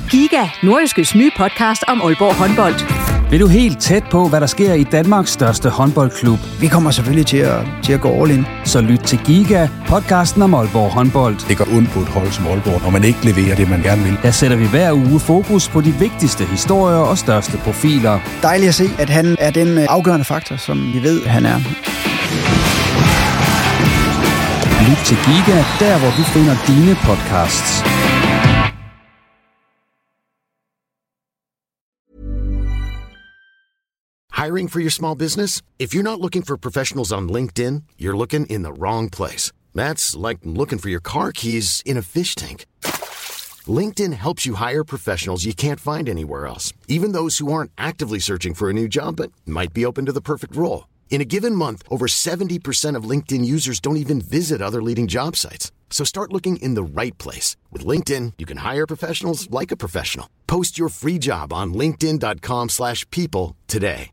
Giga, Nordjyskes nye podcast om Aalborg håndbold. Vil du helt tæt på, hvad der sker i Danmarks største håndboldklub? Vi kommer selvfølgelig til at gå all in. Så lyt til Giga, podcasten om Aalborg håndbold. Det går ondt på et hold som Aalborg, når man ikke leverer det, man gerne vil. Der sætter vi hver uge fokus på de vigtigste historier og største profiler. Dejligt at se, at han er den afgørende faktor, som vi ved, han er. Lyt til Giga, der hvor du finder dine podcasts. Hiring for your small business? If you're not looking for professionals on LinkedIn, you're looking in the wrong place. That's like looking for your car keys in a fish tank. LinkedIn helps you hire professionals you can't find anywhere else, even those who aren't actively searching for a new job but might be open to the perfect role. In a given month, over 70% of LinkedIn users don't even visit other leading job sites. So start looking in the right place. With LinkedIn, you can hire professionals like a professional. Post your free job on linkedin.com/people today.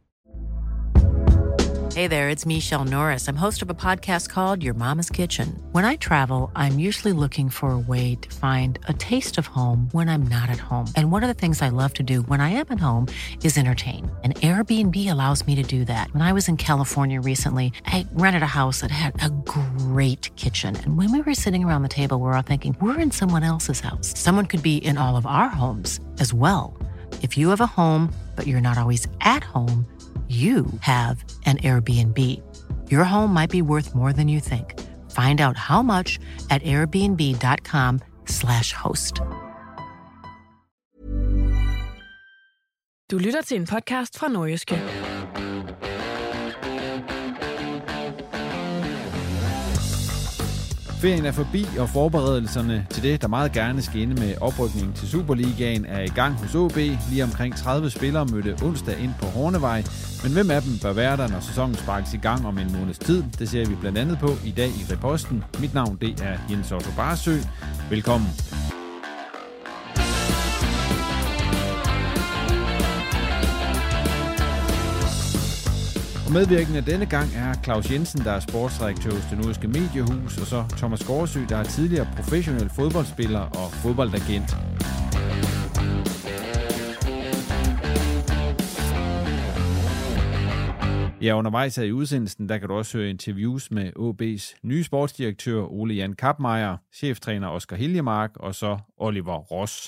Hey there, it's Michelle Norris. I'm host of a podcast called Your Mama's Kitchen. When I travel, I'm usually looking for a way to find a taste of home when I'm not at home. And one of the things I love to do when I am at home is entertain. And Airbnb allows me to do that. When I was in California recently, I rented a house that had a great kitchen. And when we were sitting around the table, we were all thinking, we're in someone else's house. Someone could be in all of our homes as well. If you have a home, but you're not always at home, you have an Airbnb. Your home might be worth more than you think. Find out how much at airbnb.com/host. Du lytter til en podcast fra Nordjyske. Ferien er forbi, og forberedelserne til det, der meget gerne skal ende med oprykningen til Superligaen, er i gang hos OB. Lige omkring 30 spillere mødte onsdag ind på Hornevej. Men hvem af dem bør være der, når sæsonen sparkes i gang om en måneds tid? Det ser vi blandt andet på i dag i Reposten. Mit navn det er Jens Otto Barsø. Velkommen. Og medvirkende denne gang er Claus Jensen, der er sportsdirektør hos Det Nordiske Mediehus, og så Thomas Gårdsø, der er tidligere professionel fodboldspiller og fodboldagent. Ja, undervejs her i udsendelsen, der kan du også høre interviews med OB's nye sportsdirektør Ole Jan Kappmeier, cheftræner Oscar Hiljemark og så Oliver Ross.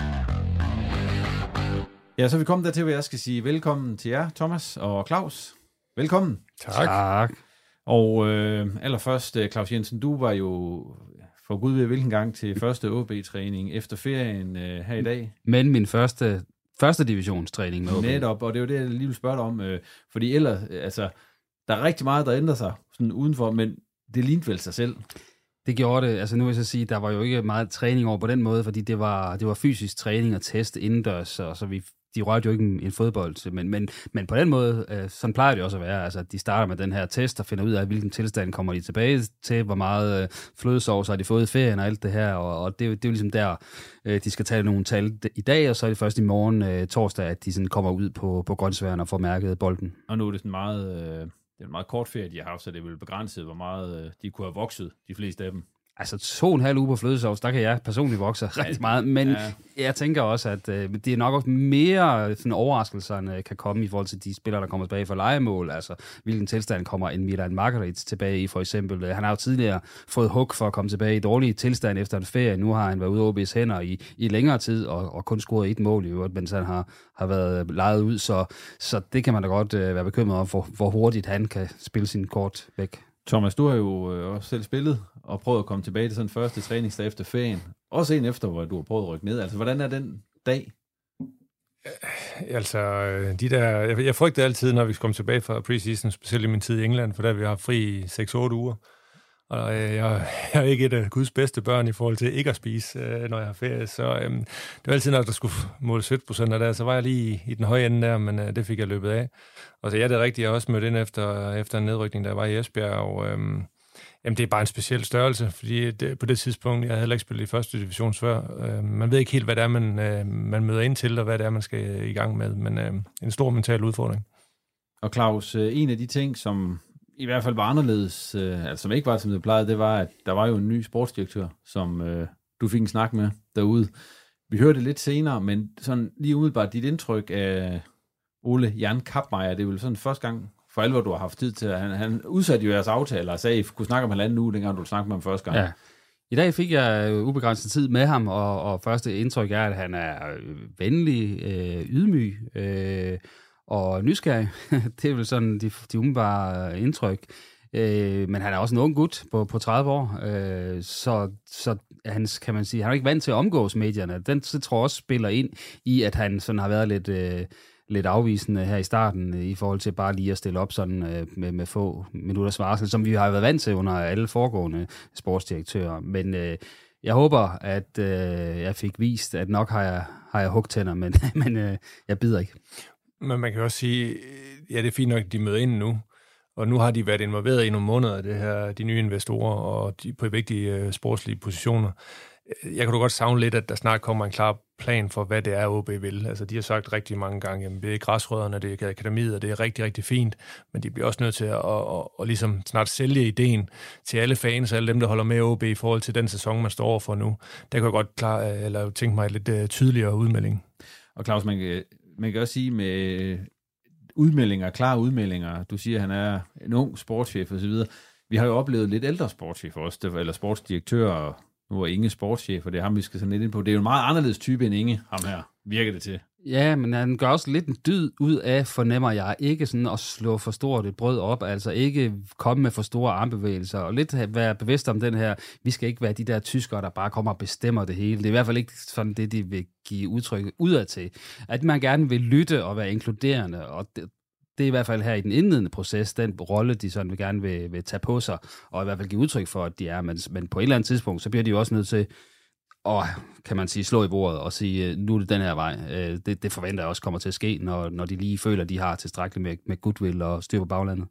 Ja, så er vi kommet dertil, hvor jeg skal sige velkommen til jer, Thomas og Claus. Velkommen. Tak. Og allerførst, Claus Jensen, du var jo for gud ved hvilken gang til første OB-træning efter ferien her i dag. Men min første divisionstræning med OB. Netop, og det er jo det, jeg lige vil spørge dig om. Fordi ellers, altså, der er rigtig meget, der ændrer sig sådan udenfor, men det lignede vel sig selv. Det gjorde det. Altså nu vil jeg så sige, der var jo ikke meget træning over på den måde, fordi det var fysisk træning og test indendørs, og så de rørte jo ikke en fodbold, men på den måde, sådan plejer det også at være. Altså, de starter med den her test og finder ud af, hvilken tilstand kommer de tilbage til, hvor meget flødesovs har de fået i ferien og alt det her, og det er jo ligesom der, de skal tage nogle tal i dag, og så er det først i morgen torsdag, at de sådan kommer ud på grøntsværen og får mærket bolden. Og nu er det sådan meget, det er en meget kort ferie, de har haft, så det er vel begrænset, hvor meget de kunne have vokset, de fleste af dem. Altså 2,5 uger på flødesovs, der kan jeg personligt vokse rigtig meget, men jeg tænker også, at det er nok også mere sådan overraskelserne kan komme i forhold til de spillere, der kommer tilbage fra lejemål, altså hvilken tilstand kommer en Milan Margarit tilbage i for eksempel. Han har jo tidligere fået hug for at komme tilbage i dårlig tilstand efter en ferie. Nu har han været ude af OB's hænder i længere tid og kun scoret 1 mål i øvrigt, mens han har været lejet ud, så det kan man da godt være bekymret om, hvor hurtigt han kan spille sin kort væk. Thomas, du har jo også selv spillet og prøvet at komme tilbage til sådan første træningsdag efter ferien. Også en efter, hvor du har prøvet at rykke ned. Altså, hvordan er den dag? Altså, jeg frygter altid, når vi kommer tilbage fra preseason, specielt i min tid i England, for der vi har fri i 6-8 uger. Og jeg er ikke et af Guds bedste børn i forhold til ikke at spise, når jeg har ferie. Så det var altid, når der skulle måle fedtprocenter der, så var jeg lige i den høje ende der, men det fik jeg løbet af. Og så det er rigtigt, jeg også mødte ind efter en nedrykning, der var i Esbjerg, og det er bare en speciel størrelse, fordi på det tidspunkt, jeg havde heller ikke spillet i første division før. Man ved ikke helt, hvad det er, man møder ind til, og hvad det er, man skal i gang med, men en stor mental udfordring. Og Claus, en af de ting, som i hvert fald var anderledes, altså som ikke var, som det plejede, det var, at der var jo en ny sportsdirektør, som du fik en snak med derude. Vi hørte det lidt senere, men sådan lige umiddelbart dit indtryk af Ole Jan Kappmeier, det er vel sådan første gang for alvor, du har haft tid til, at han udsatte jo jeres aftaler og sagde, at I kunne snakke om 1,5 uge, dengang du snakkede med ham første gang. Ja. I dag fik jeg ubegrænset tid med ham, og første indtryk er, at han er venlig, ydmyg og nysgerrig. Det er vel sådan de umiddelbare indtryk. Men han er også en ung gut på 30 år, så han, kan man sige, han er ikke vant til at omgås medierne. Den tror jeg også spiller ind i, at han sådan har været lidt afvisende her i starten, i forhold til bare lige at stille op sådan med få minutters varsel, som vi har været vant til under alle foregående sportsdirektører. Men jeg håber, at jeg fik vist, at nok har jeg hugtænder, men jeg bider ikke. Men man kan også sige, ja, det er fint nok, at de møder ind nu, og nu har de været involveret i nogle måneder, det her, de nye investorer, og de på vigtige sportslige positioner. Jeg kan da godt savne lidt, at der snart kommer en klar plan for, hvad det er, OB vil. Altså, de har sagt rigtig mange gange, at det er græsrødderne, det er akademiet, og det er rigtig, rigtig fint, men de bliver også nødt til at ligesom snart sælge ideen til alle fans og alle dem, der holder med OB i forhold til den sæson, man står overfor nu. Der kan jeg godt tænke mig et lidt tydeligere udmelding. Og Claus, man kan også sige med klare udmeldinger, du siger, at han er en ung sportschef osv. Vi har jo oplevet lidt ældre sportschef også, eller sportsdirektører. Nu er Inge sportschef, og det er ham, vi skal sådan lidt ind på. Det er jo en meget anderledes type end Inge, ham her, virker det til. Ja, men han gør også lidt en dyd ud af, fornemmer jeg, ikke sådan at slå for stort et brød op, altså ikke komme med for store armbevægelser, og lidt være bevidst om den her, vi skal ikke være de der tyskere, der bare kommer og bestemmer det hele. Det er i hvert fald ikke sådan det, de vil give udtryk udad til. At man gerne vil lytte og være inkluderende, og det er i hvert fald her i den indledende proces, den rolle, de sådan gerne vil tage på sig, og i hvert fald give udtryk for, at de er. Men på et eller andet tidspunkt, så bliver de jo også nødt til at, kan man sige, slå i bordet og sige, nu er det den her vej. Det forventer jeg også kommer til at ske, når de lige føler, at de har tilstrækkeligt med goodwill og styr på baglandet.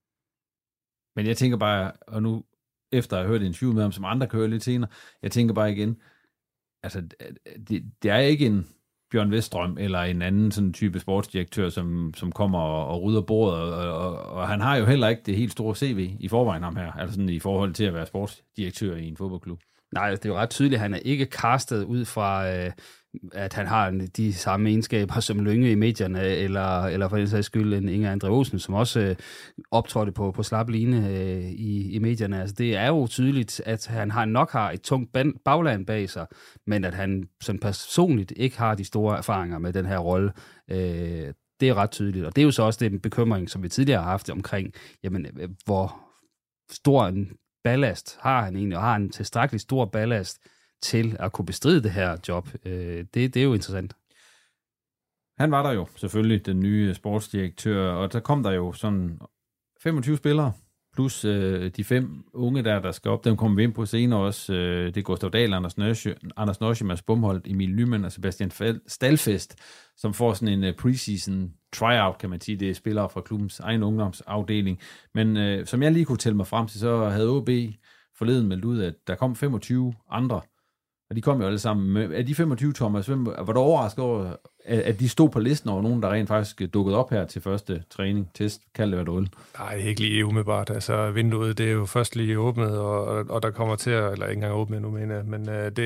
Men jeg tænker bare, og nu efter at have hørt et interview med ham, som andre kan høre lidt senere, jeg tænker bare igen, altså det er ikke en Bjørn Westrøm eller en anden sådan type sportsdirektør, som kommer og rydder bordet, og han har jo heller ikke det helt store CV i forvejen ham her, altså sådan i forhold til at være sportsdirektør i en fodboldklub. Nej, det er jo ret tydeligt, at han er ikke castet ud fra, at han har de samme egenskaber som Lynge i medierne, eller for den sags skyld en Inger Andre Olsen, som også optrådte på slap line i medierne. Altså, det er jo tydeligt, at han har et tungt bagland bag sig, men at han sådan personligt ikke har de store erfaringer med den her rolle. Det er ret tydeligt, og det er jo så også den bekymring, som vi tidligere har haft omkring, jamen, hvor stor en ballast har han egentlig, og har en tilstrækkelig stor ballast til at kunne bestride det her job. Det er jo interessant. Han var der jo selvfølgelig, den nye sportsdirektør, og der kom der jo sådan 25 spillere, plus de 5 unge der skal op. Dem kommer vi ind på senere også. Det er Gustav Dahl, Anders Norsche, Mads Bumholdt, Emil Nyman og Sebastian Stalfest, som får sådan en preseason tryout, kan man sige. Det er spillere fra klubbens egen ungdomsafdeling. Men som jeg lige kunne tælle mig frem til, så havde OB forleden meldt ud, at der kom 25 andre. Og de kom jo alle sammen. Af de 25, Thomas, var du overrasket over, at de stod på listen over nogen, der rent faktisk dukkede op her til første træning, test, kald det hvad du vil? Nej, ikke lige umiddelbart. Altså, vinduet, det er jo først lige åbnet, og der kommer til at, eller ikke engang åbnet nu, men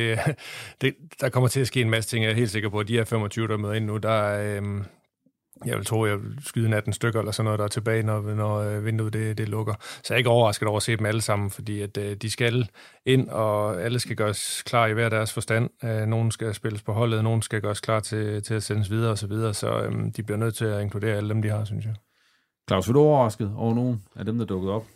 der kommer til at ske en masse ting. Jeg er helt sikker på, at de her 25, der møder ind nu, der er, jeg vil tro, jeg vil skyde 18 stykker eller sådan noget, der er tilbage, når vinduet det lukker. Så jeg er ikke overrasket over at se dem alle sammen, fordi at de skal ind, og alle skal gøres klar i hver deres forstand. Nogen skal spilles på holdet, nogen skal gøres klar til at sendes videre og så videre, så de bliver nødt til at inkludere alle dem, de har, synes jeg. Claus, var du overrasket over nogen af dem, der dukkede op?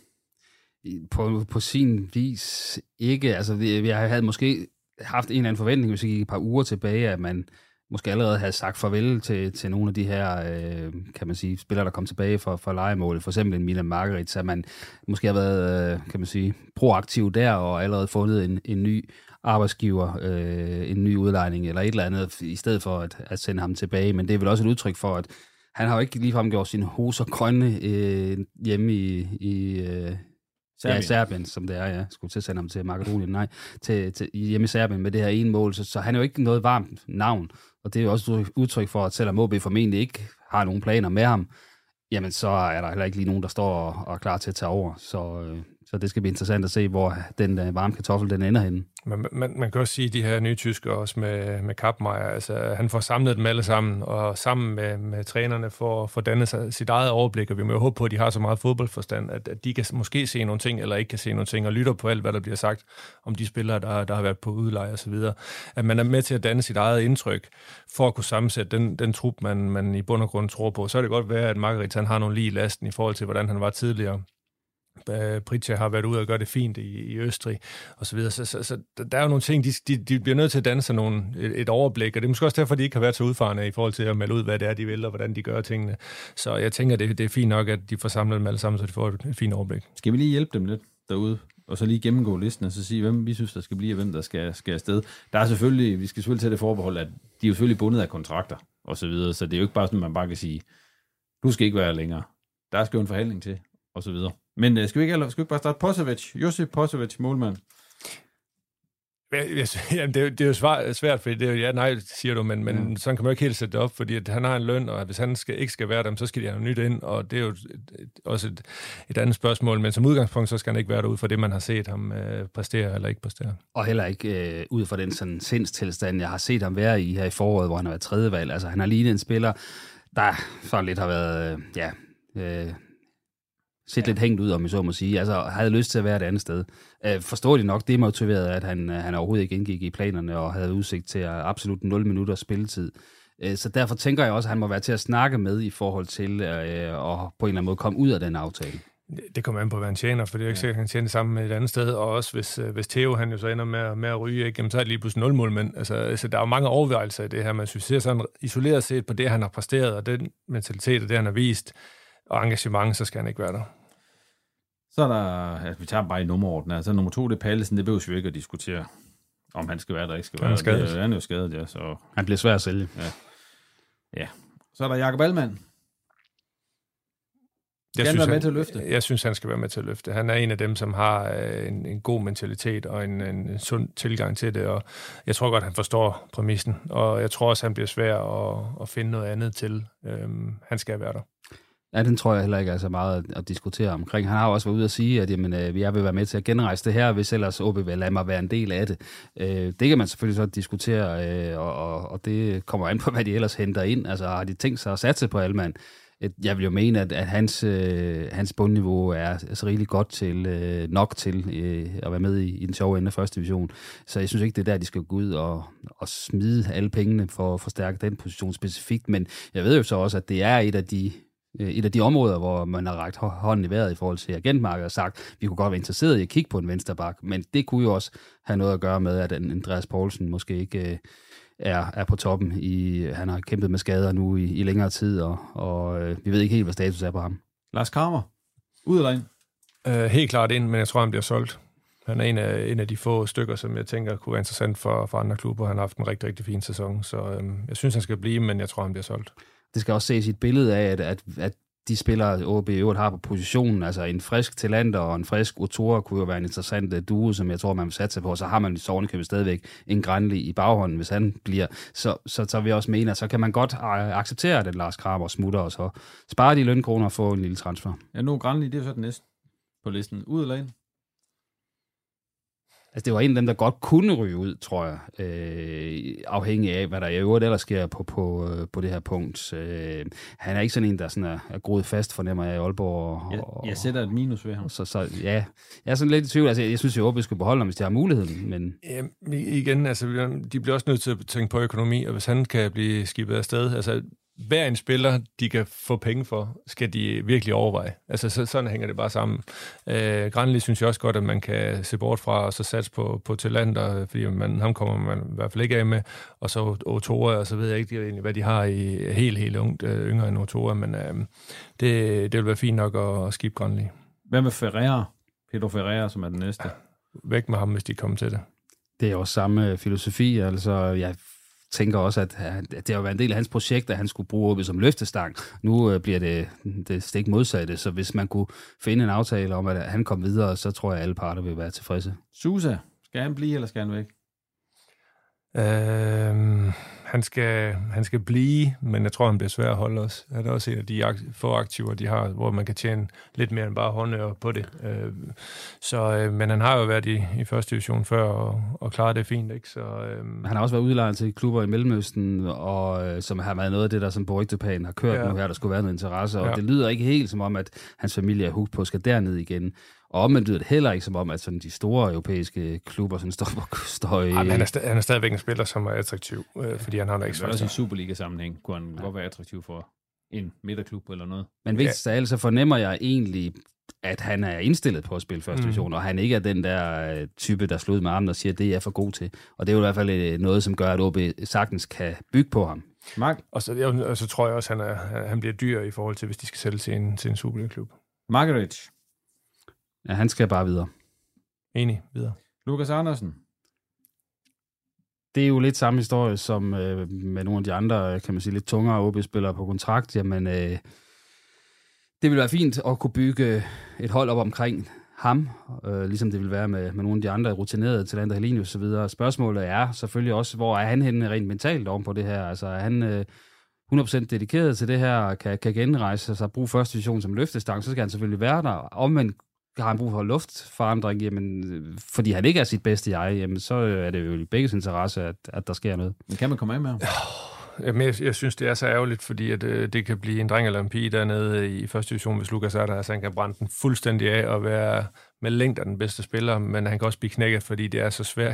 På sin vis ikke. Altså, jeg havde måske haft en eller anden forventning, hvis jeg gik et par uger tilbage, at man måske allerede havde sagt farvel til nogle af de her, kan man sige, spillere, der kom tilbage fra lejemål. For eksempel en Milan Margarit, så man måske har været, kan man sige, proaktiv der, og allerede fundet en ny arbejdsgiver, en ny udlejning eller et eller andet, i stedet for at sende ham tilbage. Men det er vel også et udtryk for, at han har jo ikke ligefrem gjort sine hoser grønne hjemme i Serbien, som det er, ja. Skulle til at sende ham til Makedonien, nej. Hjemme i Serbien med det her ene mål, så han er jo ikke noget varmt navn. Og det er jo også et udtryk for, at selvom OB formentlig ikke har nogen planer med ham, jamen så er der heller ikke lige nogen, der står og er klar til at tage over. Så det skal blive interessant at se, hvor den varme kartoffel, den ender henne. Man kan også sige, at de her nye tyskere, også med Kappmeier, altså han får samlet dem alle sammen, og sammen med trænerne får dannet sit eget overblik, og vi må jo håbe på, at de har så meget fodboldforstand, at de kan måske se nogle ting, eller ikke kan se nogle ting, og lytter på alt, hvad der bliver sagt om de spillere, der har været på udleje og så videre. At man er med til at danne sit eget indtryk, for at kunne sammensætte den trup, man i bund og grund tror på. Så er det godt være, at Margaret han har nogle lige i lasten i forhold til, hvordan han var tidligere. Pritja har været ude og gøre det fint i Østrig og så videre. Så der er jo nogle ting, de bliver nødt til at danne sig et overblik, og det er måske også derfor, de ikke har været så udfarende i forhold til at melde ud, hvad det er, de vil, og hvordan de gør tingene. Så jeg tænker, det er fint nok, at de får samlet dem alle sammen, så de får et fint overblik. Skal vi lige hjælpe dem lidt derude, og så lige gennemgå listen, og så sige, hvem vi synes, der skal blive, og hvem der skal afsted. Vi skal selvfølgelig tage det forbehold, at de er jo selvfølgelig bundet af kontrakter og så videre, så det er jo ikke bare sådan, at man bare kan sige, du skal ikke være længere. Der skal jo en forhandling til, og så videre. Men skal vi ikke bare starte Posovic? Josip Posovic, målmand. Jamen, det er jo svært, fordi det er jo ja, nej, siger du, men sådan kan man jo ikke helt sætte det op, fordi at han har en løn, og hvis han ikke skal være der, så skal de have noget nyt ind, og det er jo også et andet spørgsmål, men som udgangspunkt, så skal han ikke være der ud for det, man har set ham præstere eller ikke præstere. Og heller ikke ud fra den sådan sindstilstand, jeg har set ham være i her i foråret, hvor han har været tredje valg. Altså, han har lignet en spiller, der sådan lidt har været, set lidt hængt ud, om jeg så må sige. Altså, havde lyst til at være et andet sted. Forståeligt nok, det motiverede, at han overhovedet ikke indgik i planerne, og havde udsigt til absolut 0 minutter spilletid. Så derfor tænker jeg også, at han må være til at snakke med i forhold til at på en eller anden måde komme ud af den aftale. Det kommer an på, hvad han tjener, for det er jo ikke sikkert, at han tjener det samme med et andet sted, og også hvis Theo han jo så ender med at ryge, ikke, jamen, så er det lige pludselig 0 mål, men altså, der er jo mange overvejelser i det her, man ser sådan isoleret set på det, han har præsteret, og den mentalitet, og det han har vist, og engagement, så skal han ikke være der. Så er der, vi tager bare i nummerorden, altså nummer 2, det er Pallesen, det behøver vi ikke at diskutere, om han skal være der, ikke skal være der. Han er jo skadet, ja. Så han bliver svær at sælge. Ja. Så er der Jakob Allmann. Skal han være med til at løfte? Jeg synes, han skal være med til at løfte. Han er en af dem, som har en god mentalitet og en sund tilgang til det, og jeg tror godt, han forstår præmissen, og jeg tror også, han bliver svær at finde noget andet til. Han skal være der. Ja, den tror jeg heller ikke er så meget at diskutere omkring. Han har også været ude at sige, at jeg vil være med til at genrejse det her, hvis ellers OB vil lade mig være en del af det. Det kan man selvfølgelig så diskutere, og det kommer an på, hvad de ellers henter ind. Altså har de tænkt sig at satse på Allmann? Jeg vil jo mene, at hans bundniveau er så rigeligt godt til nok til at være med i den sjove ende af første division. Så jeg synes ikke, det er der, de skal gå ud og smide alle pengene for at forstærke den position specifikt. Men jeg ved jo så også, at det er et af de områder, hvor man har rækket hånden i vejret i forhold til agentmarkedet og sagt, at vi kunne godt være interesseret i at kigge på en vensterbak, men det kunne jo også have noget at gøre med, at Andreas Poulsen måske ikke er på toppen. Han har kæmpet med skader nu i længere tid, og vi ved ikke helt, hvad status er på ham. Lars Kramer, ud eller ind? Helt klart ind, men jeg tror, han bliver solgt. Han er en af de få stykker, som jeg tænker kunne være interessant for andre klubber. Han har haft en rigtig, rigtig fin sæson, så jeg synes, han skal blive, men jeg tror, han bliver solgt. Det skal også ses i et billede af, at de spillere, OB i øvrigt har på positionen, altså en frisk Talander og en frisk Otora kunne jo være en interessant duo, som jeg tror, man vil satse på. Så har man i Sornekøbet stadigvæk en Granli i baghånden, hvis han bliver. Så vil jeg også mene, at så kan man godt acceptere, at Lars Kramer smutter, og så spare de lønkroner og få en lille transfer. Ja, nu Granli, det er jo så den næste på listen. Ud eller ind? Altså, det var en af dem, der godt kunne ryge ud, tror jeg, afhængig af, hvad der i øvrigt ellers sker på det her punkt. Han er ikke sådan en, der sådan er groet fast, fornemmer jeg i Aalborg. Jeg sætter et minus ved ham. Så ja, jeg er sådan lidt i tvivl. Altså, jeg synes jo, at OB skal beholde ham, hvis de har muligheden. Men igen, altså, de bliver også nødt til at tænke på økonomi, og hvis han kan blive skibet afsted, altså hver en spiller, de kan få penge for, skal de virkelig overveje. Altså, sådan hænger det bare sammen. Granli synes jeg også godt, at man kan se bort fra, og så satse på talenter, fordi ham kommer man i hvert fald ikke af med, og så Otora, og så ved jeg ikke, hvad de har i helt ungt, yngre end Otora, men det vil være fint nok at skifte Granli. Hvad med Ferreira? Pedro Ferreira, som er den næste. Væk med ham, hvis de kommer til det. Det er også samme filosofi, altså jeg tænker også, at det har været en del af hans projekt, at han skulle bruge OB som løftestang. Nu bliver det stik modsatte, så hvis man kunne finde en aftale om, at han kom videre, så tror jeg, at alle parter vil være tilfredse. Sousa, skal han blive, eller skal han væk? Han skal blive, men jeg tror, han bliver svær at holde os. Han er også en af de få aktiver, de har, hvor man kan tjene lidt mere end bare håndører på det. Men han har jo været i første division før, og klaret det fint, ikke? Han har også været udlejet til klubber i Mellemøsten, og som har været noget af det, der som på rygtepagen har kørt nu her, der skulle være noget interesse, og det lyder ikke helt som om, at hans familie er hugt på, skal derned igen. Og omvendt lyder det heller ikke som om, at sådan de store europæiske klubber sådan står i... Han er stadigvæk en spiller, som er attraktiv, fordi han har en ekstra. Også i Superliga-sammenhæng kunne han godt være attraktiv for en midterklub eller noget. Men vigtigst af alt, så fornemmer jeg egentlig, at han er indstillet på at spille første division, og han ikke er den der type, der slår ud med armen og siger, at det er jeg for god til. Og det er jo i hvert fald noget, som gør, at OB sagtens kan bygge på ham. Mark? Og så tror jeg også, at han bliver dyr i forhold til, hvis de skal sælge til en Superliga-klub. Margaret? Ja, han skal bare videre. Enig, videre. Lukas Andersen? Det er jo lidt samme historie som med nogle af de andre, kan man sige, lidt tungere OB-spillere på kontrakt. Jamen, det vil være fint at kunne bygge et hold op omkring ham, ligesom det vil være med nogle af de andre rutinerede talenter, Helenius og så videre. Spørgsmålet er selvfølgelig også, hvor er han henne rent mentalt oven på det her? Altså, er han 100% dedikeret til det her, kan genrejse sig, bruge første division som løftestang, så skal han selvfølgelig være der. Omvendt har han brug for luftforandring, jamen, fordi han ikke er sit bedste jeg, jamen, så er det jo i begges interesse, at der sker noget. Men kan man komme af med ham? Jamen, jeg synes, det er så ærgerligt, fordi at, det kan blive en dreng eller en pige dernede i første division, hvis Lukas er der. Altså, han kan brænde den fuldstændig af og være med længder den bedste spiller, men han kan også blive knækket, fordi det er så svært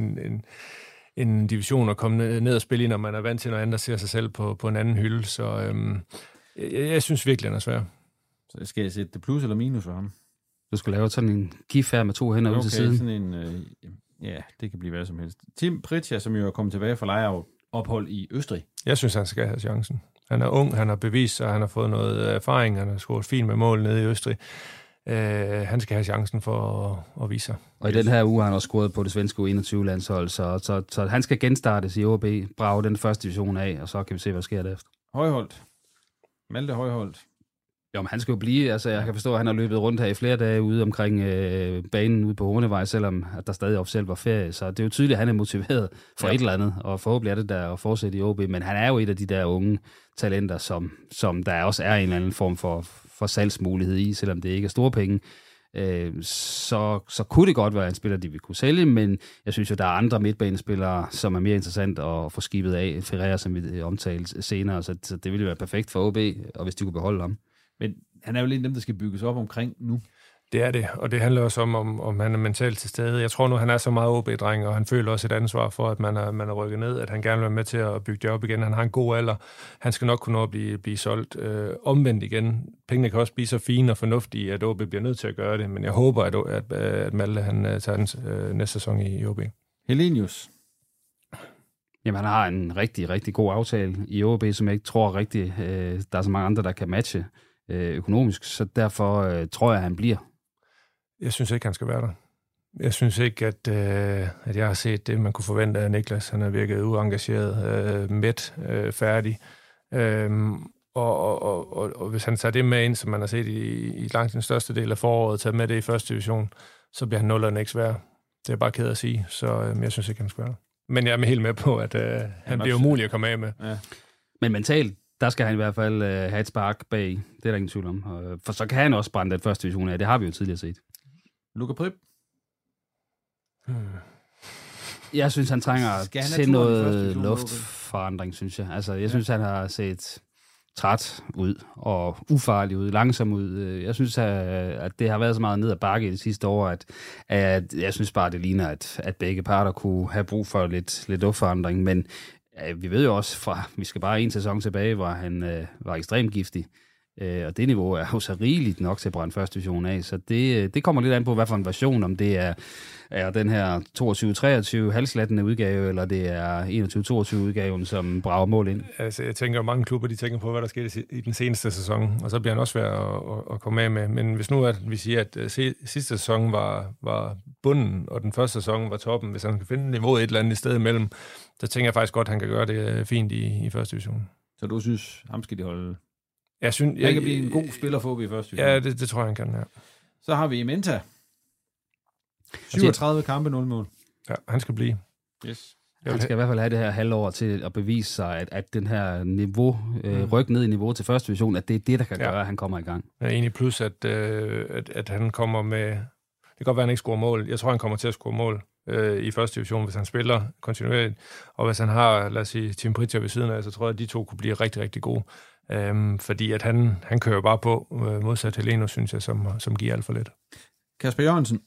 en division at komme ned og spille i, når man er vant til noget andet og ser sig selv på en anden hylde. Så jeg synes virkelig, han er svær. Så skal jeg sætte det plus eller minus for ham? Du skal lave sådan en gif her med 2 hænder ud til siden. Sådan en, ja, det kan blive hvad som helst. Tim Pritja, som jo er kommet tilbage fra lejeophold i Østrig. Jeg synes, han skal have chancen. Han er ung, han har bevist sig, han har fået noget erfaring, han har scoret fint med mål nede i Østrig. Han skal have chancen for at vise sig. Og i den her uge har han også scoret på det svenske U21-landshold, så han skal genstartes i OB, brage den første division af, og så kan vi se, hvad sker derefter. Højholdt. Malte Højholdt. Jo, men han skal jo blive, altså jeg kan forstå, at han har løbet rundt her i flere dage ude omkring banen ude på Hornevej, selvom at der stadig officielt var ferie, så det er jo tydeligt, at han er motiveret for et eller andet, og forhåbentlig er det der at fortsætte i OB, men han er jo et af de der unge talenter, som der også er en eller anden form for salgsmulighed i, selvom det ikke er store penge. Så kunne det godt være en spiller, de vil kunne sælge, men jeg synes jo, der er andre midtbanespillere, som er mere interessant at få skibet af. Ferreira, som vi omtalte senere, så det ville være perfekt for OB, og hvis de kunne beholde ham. Men han er jo lidt en dem, der skal bygges op omkring nu. Det er det, og det handler også om han er mentalt til stede. Jeg tror nu, han er så meget OB-dreng, og han føler også et ansvar for, at man er rykket ned, at han gerne vil være med til at bygge det op igen. Han har en god alder. Han skal nok kunne nå at blive solgt omvendt igen. Pengene kan også blive så fine og fornuftige, at OB bliver nødt til at gøre det, men jeg håber, at Malte han tager den næste sæson i OB. Helenius. Jamen, han har en rigtig, rigtig god aftale i OB, som jeg ikke tror rigtig, der er så mange andre, der kan matche økonomisk, så derfor tror jeg, at han bliver. Jeg synes ikke, han skal være der. Jeg synes ikke, at jeg har set det, man kunne forvente af Niklas. Han har virket uengageret, mæt, færdig. Og hvis han tager det med ind, som man har set i langt den største del af foråret, tager med det i første division, så bliver han 0 ikke svær. Det er bare ked at sige, så jeg synes ikke, han skal være der. Men jeg er helt med på, at han bliver umulig at komme af med. Ja. Men mentalt, der skal han i hvert fald have et spark bag. Det er der ingen tvivl om. For så kan han også brænde den første division af. Det har vi jo tidligere set. Luka Prip? Jeg synes, han trænger til noget luftforandring, synes jeg. Altså, jeg synes, han har set træt ud og ufarlig ud, langsom ud. Jeg synes, at det har været så meget ned ad bakke i det sidste år, at jeg synes bare, det ligner, at begge parter kunne have brug for lidt luftforandring. Men vi ved jo også vi skal bare en sæson tilbage, hvor han var ekstremt giftig. Og det niveau er jo så rigeligt nok til at brænde første division af, så det kommer lidt an på, hvad for en version, om det er den her 22-23 halslattende udgave, eller det er 21-22 udgaven, som brager mål ind. Altså, jeg tænker, at mange klubber, de tænker på, hvad der skete i den seneste sæson, og så bliver han også svær at komme af med. Men hvis nu vi siger, at sidste sæson var bunden, og den første sæson var toppen, hvis han kan finde niveauet et eller andet sted imellem, så tænker jeg faktisk godt, at han kan gøre det fint i første division. Så du synes, ham skal de holde? Jeg synes, han kan blive en god spiller for OB i første division. Ja, det tror jeg, han kan, ja. Så har vi Menta. 37 kampe, 0 mål. Ja, han skal blive. Yes. Han skal i hvert fald have det her halvår til at bevise sig, at den her niveau, ryk ned i niveau til første division, at det er det, der kan gøre, at han kommer i gang. Ja, egentlig plus, at han kommer med... Det kan godt være, at han ikke scorer mål. Jeg tror, han kommer til at score mål i første division, hvis han spiller kontinuerligt. Og hvis han har, lad os sige, Tim Pritchard ved siden af, så tror jeg, at de to kunne blive rigtig, rigtig gode. Fordi at han kører bare på, modsat Heleno, synes jeg, som giver alt for lidt. Kasper Jørgensen.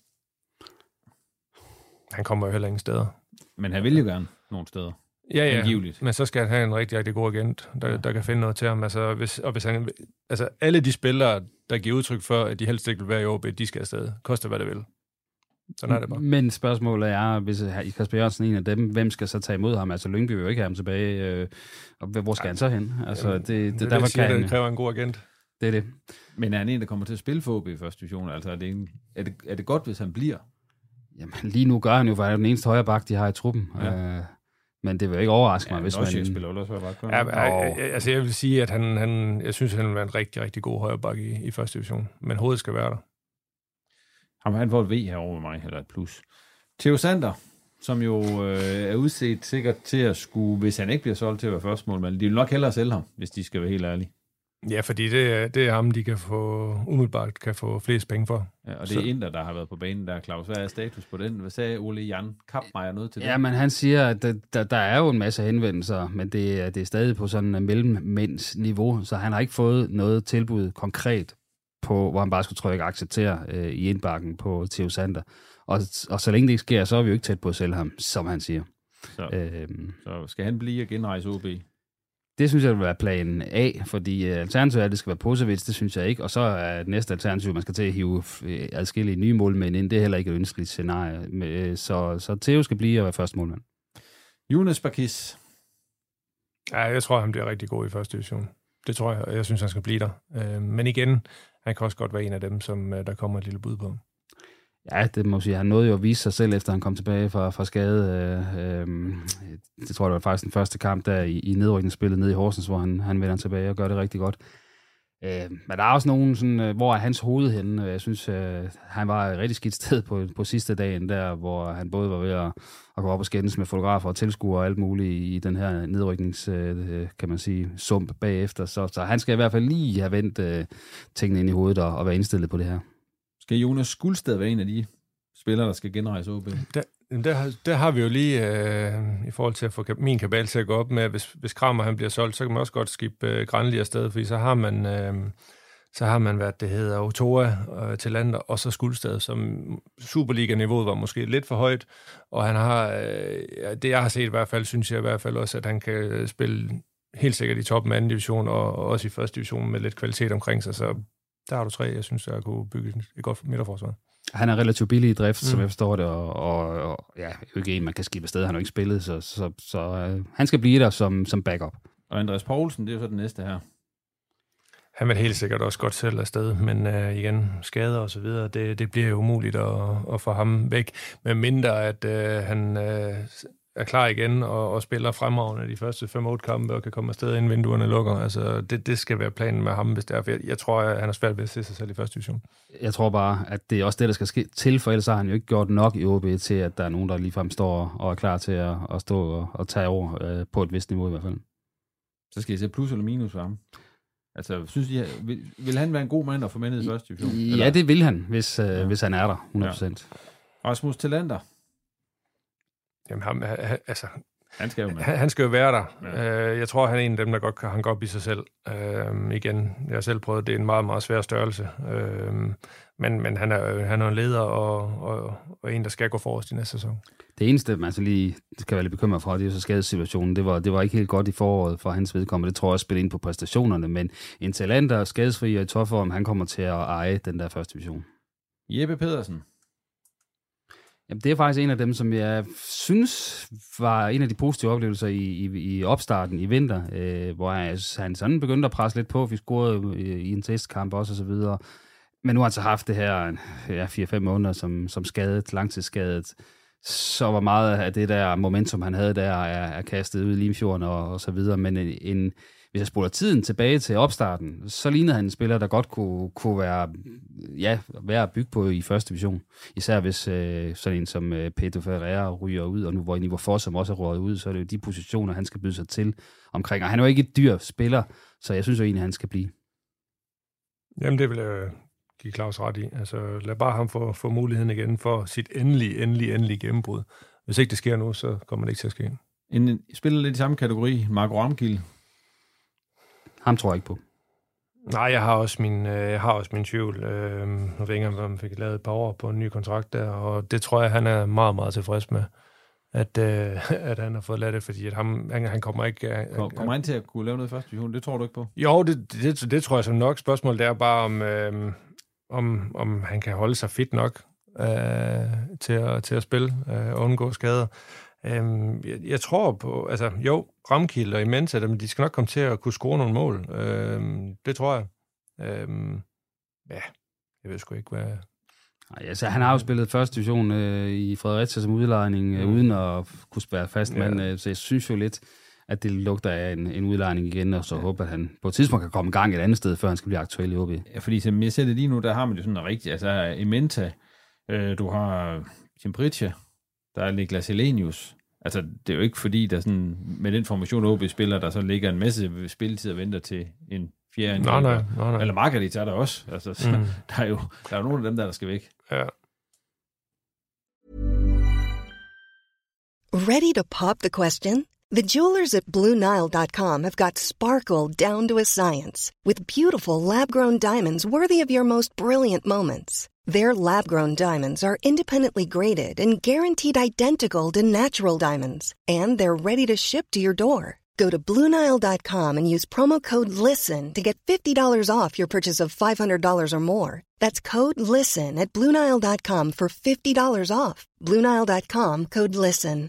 Han kommer jo heller ingen steder. Men han vil jo gerne nogle steder. Ja, angiveligt. Men så skal han have en rigtig, rigtig god agent, der kan finde noget til ham. Altså, alle de spillere, der giver udtryk for, at de helst ikke vil være i OB, de skal afsted. Koster hvad det vil. Sådan er det bare. Men spørgsmålet er, hvis Kasper Jørgensen er en af dem, hvem skal så tage imod ham? Altså Lyngby vil jo ikke have ham tilbage. Og hvor skal han så hen? Altså, det derfor siger, det kræver en god agent. Det er det. Men er han en, der kommer til at spille for OB i første division? Altså, er det godt, hvis han bliver? Jamen, lige nu gør han jo, for han er den eneste højre bak, de har i truppen. Ja. Men det vil ikke overraske mig, hvis man... spiller også højre bak. Altså, jeg vil sige, at jeg synes, han vil være en rigtig, rigtig god højre bak i første division. Men hovedet skal være der. Han får et V herovre med mig, eller et plus. Theo Sander, som jo er udset sikkert til at skulle, hvis han ikke bliver solgt til at være førstemålmand, de vil nok hellere sælge ham, hvis de skal være helt ærlige. Ja, fordi det er ham, de umiddelbart kan få flest penge for. Ja, og det er Inter, der har været på banen der, Claus. Hvad er status på den? Hvad sagde Ole Jan Kappmeier noget til det? Ja, men han siger, at der er jo en masse henvendelser, men det er stadig på sådan en mellemmændsniveau, så han har ikke fået noget tilbud konkret på, hvor han bare skulle trykke acceptere i indbakken på Theo Sander. Og så længe det ikke sker, så er vi jo ikke tæt på at sælge ham, som han siger. Så skal han blive og genrejse OB? Det synes jeg vil være plan A, fordi alternativet er, at det skal være Posevits, det synes jeg ikke. Og så er næste alternativ, man skal til at hive adskillige nye målmænd ind. Det er heller ikke et ønskeligt scenarie. Så Theo skal blive og være første målmand. Younes Bakis. Ja, jeg tror, han bliver rigtig god i første division. Det tror jeg, og jeg synes, han skal blive der. Men igen, han kan også godt være en af dem, som der kommer et lille bud på. Ja, det må sige. Han nåede jo at vise sig selv, efter han kom tilbage fra skade. Det tror jeg, det var faktisk den første kamp der i nedrykningsspillet nede i Horsens, hvor han vender tilbage og gør det rigtig godt. Men der er også nogen, sådan, hvor er hans hoved henne? Jeg synes, han var et rigtig skidt sted på sidste dagen, der hvor han både var ved at gå op og skændes med fotografer og tilskuere og alt muligt i den her nedryknings, kan man sige, sump bagefter. Så han skal i hvert fald lige have vendt tingene ind i hovedet og være indstillet på det her. Skal Jonas Skuldsted være en af de spillere, der skal genrejse OB? Der har vi jo lige, i forhold til at få min kabal til at gå op med, at hvis Kramer han bliver solgt, så kan man også godt skifte Granli afsted, fordi så har man hvad det hedder, Otoa til Lander, og så Skuldsted, som Superliga-niveauet var måske lidt for højt, og han har, det jeg har set i hvert fald, synes jeg i hvert fald også, at han kan spille helt sikkert i toppen af anden division, og også i første division med lidt kvalitet omkring sig, så der har du 3, jeg synes, jeg kunne bygge et godt midterforsvar. Han er relativt billig i drift, som jeg forstår det, og ja, jo ikke en, man kan skifte afsted. Han har jo ikke spillet, så han skal blive der som backup. Og Andreas Poulsen, det er jo så den næste her. Han vil helt sikkert også godt selv afsted, men igen, skader og så videre, det bliver jo umuligt at få ham væk, med mindre at han er klar igen og spiller fremragende de første 5-8 kampe og kan komme afsted, inden vinduerne lukker. Altså, det skal være planen med ham, hvis det er. For jeg tror, at han er svært ved at se sig selv i første division. Jeg tror bare, at det er også det, der skal ske til, for ellers har han jo ikke gjort nok i OB til, at der er nogen, der ligefrem står og er klar til at stå og tage over på et vist niveau i hvert fald. Så skal I se plus eller minus for ham? Altså, synes I, vil han være en god mand at få med ned i første division? Ja, det vil han, hvis han er der, 100%. Ja. Rasmus Thelander. Jamen, han skal jo med. Han skal jo være der. Ja. Jeg tror, han er en af dem, der godt kan gå op i sig selv. Igen, jeg har selv prøvet, det er en meget, meget svær størrelse. Men han er en leder og en, der skal gå forrest i næste sæson. Det eneste, man så lige kan være lidt bekymret fra, det er så skadessituationen. Det var ikke helt godt i foråret for hans vedkommende. Det tror jeg også spiller ind på præstationerne, men en Thelander, skadesfri og i topform, han kommer til at eje den der første division. Jeppe Pedersen. Jamen, det er faktisk en af dem, som jeg synes var en af de positive oplevelser i opstarten i vinter, hvor han sådan begyndte at presse lidt på. Vi scorede i en testkamp også og så videre. Men nu har han så haft det her 4-5 måneder som skadet, langtidsskadet. så var meget af det der momentum, han havde der, er kastet ud i Limfjorden og så videre. Men hvis jeg spoler tiden tilbage til opstarten, så lignede han en spiller, der godt kunne være at bygge på i første division. Især hvis sådan en som Pedro Ferreira ryger ud, og nu hvor Nivo Foss, som også er røget ud, så er det jo de positioner, han skal byde sig til omkring. Og han er jo ikke et dyr spiller, så jeg synes jo egentlig, han skal blive. Jamen, det vil jeg give Claus ret i. Altså, lad bare ham få muligheden igen for sit endelige gennembrud. Hvis ikke det sker nu, så kommer det ikke til at ske. En spiller lidt i samme kategori, Marco Ramkiel. Ham tror jeg ikke på. Nej, jeg har også min tvivl. Nu ved jeg ikke, om han fik lavet et par år på en ny kontrakt der, og det tror jeg, han er meget, meget tilfreds med, at han har fået lavet det, fordi at han kommer ikke... Kommer han til at kunne lave noget i første division? Det tror du ikke på? Jo, det tror jeg som nok. Spørgsmålet er bare, om han kan holde sig fit nok til at spille og undgå skader. Jeg tror på, altså jo, Ramkiel og Imenta, men de skal nok komme til at kunne score nogle mål. Det tror jeg. Jeg ved sgu ikke, hvad... Altså, han har jo spillet første division i Fredericia som udlejning, uden at kunne spærre fast, men så jeg synes jo lidt, at det lugter af en udlejning igen, og så håber, at han på et tidspunkt kan komme i gang et andet sted, før han skal blive aktuel i OB. Ja, fordi som jeg ser det lige nu, der har man jo sådan noget rigtigt. Altså, Imenta, du har Timbricia, der er Niklas Helenius. Altså, det er jo ikke fordi, der sådan, med den formation OB-spiller, der så ligger en masse spilletid og venter til en fjerde. Nej. Eller Margaret er der også. Altså, der er jo nogle af dem, der skal væk. Ja. Ready to pop the question? The jewelers at BlueNile.com have got sparkle down to a science with beautiful lab-grown diamonds worthy of your most brilliant moments. Their lab-grown diamonds are independently graded and guaranteed identical to natural diamonds, and they're ready to ship to your door. Go to BlueNile.com and use promo code LISTEN to get $50 off your purchase of $500 or more. That's code LISTEN at BlueNile.com for $50 off. BlueNile.com, code LISTEN.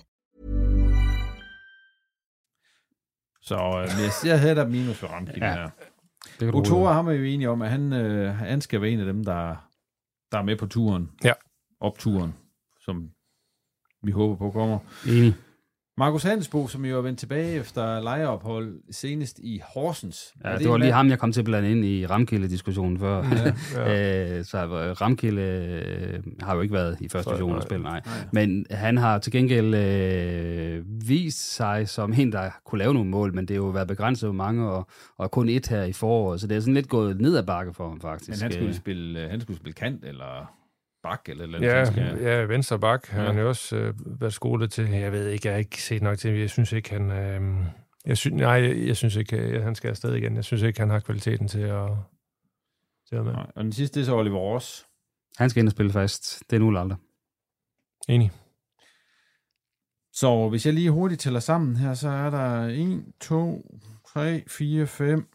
Så jeg havde der minus for Ramkiel her. Ochoa har man jo enige om, at han skal være en af dem, der er med på turen. Ja. Opturen, som vi håber på kommer. Enig. Markus Handelsbo, som jo er vendt tilbage efter lejeophold senest i Horsens. Ja, det var lige ham, jeg kom til at blande ind i Ramkiel-diskussionen før. Ja. Så Ramkiel har jo ikke været i første division at spille, nej. Men han har til gengæld vist sig som en, der kunne lave nogle mål, men det har jo været begrænset af mange, og kun et her i foråret, så det er sådan lidt gået ned ad bakke for ham, faktisk. Men han skulle spille kant, eller... bak eller ja, venstre bak. Han har jo også været skolet til. Jeg ved ikke, jeg har ikke set nok til. Jeg synes ikke, jeg synes ikke, han skal afsted igen. Jeg synes ikke, han har kvaliteten til at være med. Nej. Og den sidste, det er så Oliver Ross. Han skal ind og spille fast. Det er nu eller aldrig. Enig. Så hvis jeg lige hurtigt tæller sammen her, så er der 1, 2, 3, 4, 5,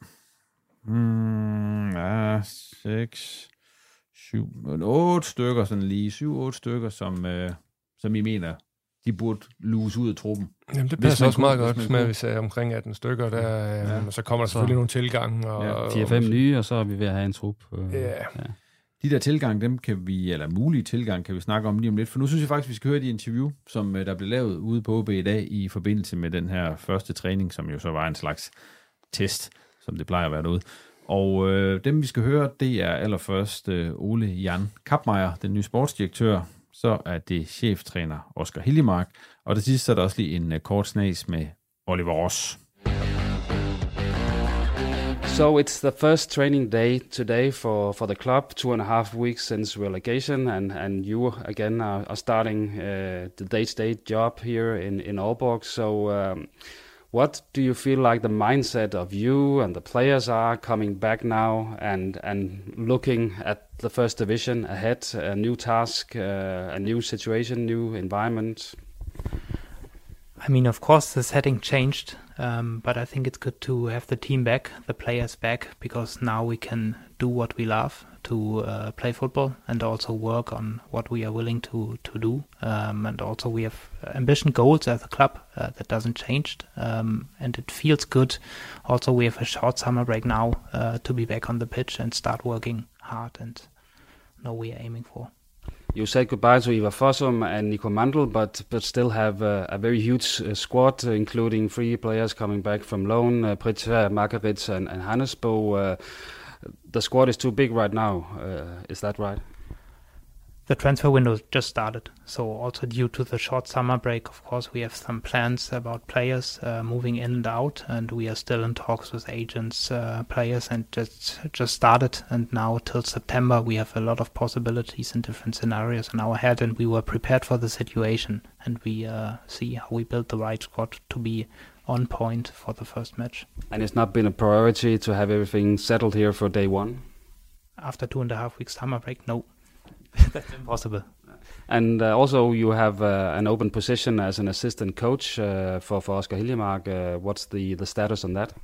6... 7-8 stykker, sådan lige 7-8 stykker, som I mener, de burde luse ud af truppen. Jamen, det passer også meget godt med, at vi sagde omkring 18 stykker, der, og så kommer der selvfølgelig nogle tilgange. Og 4-5 nye, og så er vi ved at have en trup. Ja. De der tilgang, dem kan vi, eller mulige tilgang, kan vi snakke om lige om lidt, for nu synes jeg faktisk, vi skal høre de interview, som der blev lavet ude på OB i dag, i forbindelse med den her første træning, som jo så var en slags test, som det plejer at være derude. Og dem, vi skal høre, det er allerførst Ole Jan Kappmeier, den nye sportsdirektør. Så er det cheftræner Oscar Hiljemark. Og det sidste er der også lige en kort snas med Oliver Ross. So it's the first training day today for the club, 2.5 weeks since relegation, and you again are starting the day-to-day job here in Aalborg. So what do you feel like the mindset of you and the players are coming back now and looking at the first division ahead, a new task, a new situation, new environment? I mean, of course, the setting changed, but I think it's good to have the team back, the players back, because now we can do what we love, to play football, and also work on what we are willing to do. And also we have ambition goals as a club that doesn't change, and it feels good. Also, we have a short summer break now to be back on the pitch and start working hard and know we are aiming for. You said goodbye to Ivar Fossum and Nico Mandl, but still have a very huge squad, including 3 players coming back from loan, Pritja, Margaret and Hannesbo. The squad is too big right now. Is that right? The transfer window just started, so also due to the short summer break, of course, we have some plans about players moving in and out, and we are still in talks with agents, players, and just started. And now till September, we have a lot of possibilities in different scenarios in our head, and we were prepared for the situation, and we see how we build the right squad to be on point for the first match. And it's not been a priority to have everything settled here for day one? After 2.5 weeks summer break, no. That's impossible. And also you have an open position as an assistant coach for Oscar Hiljemark. What's the status on that?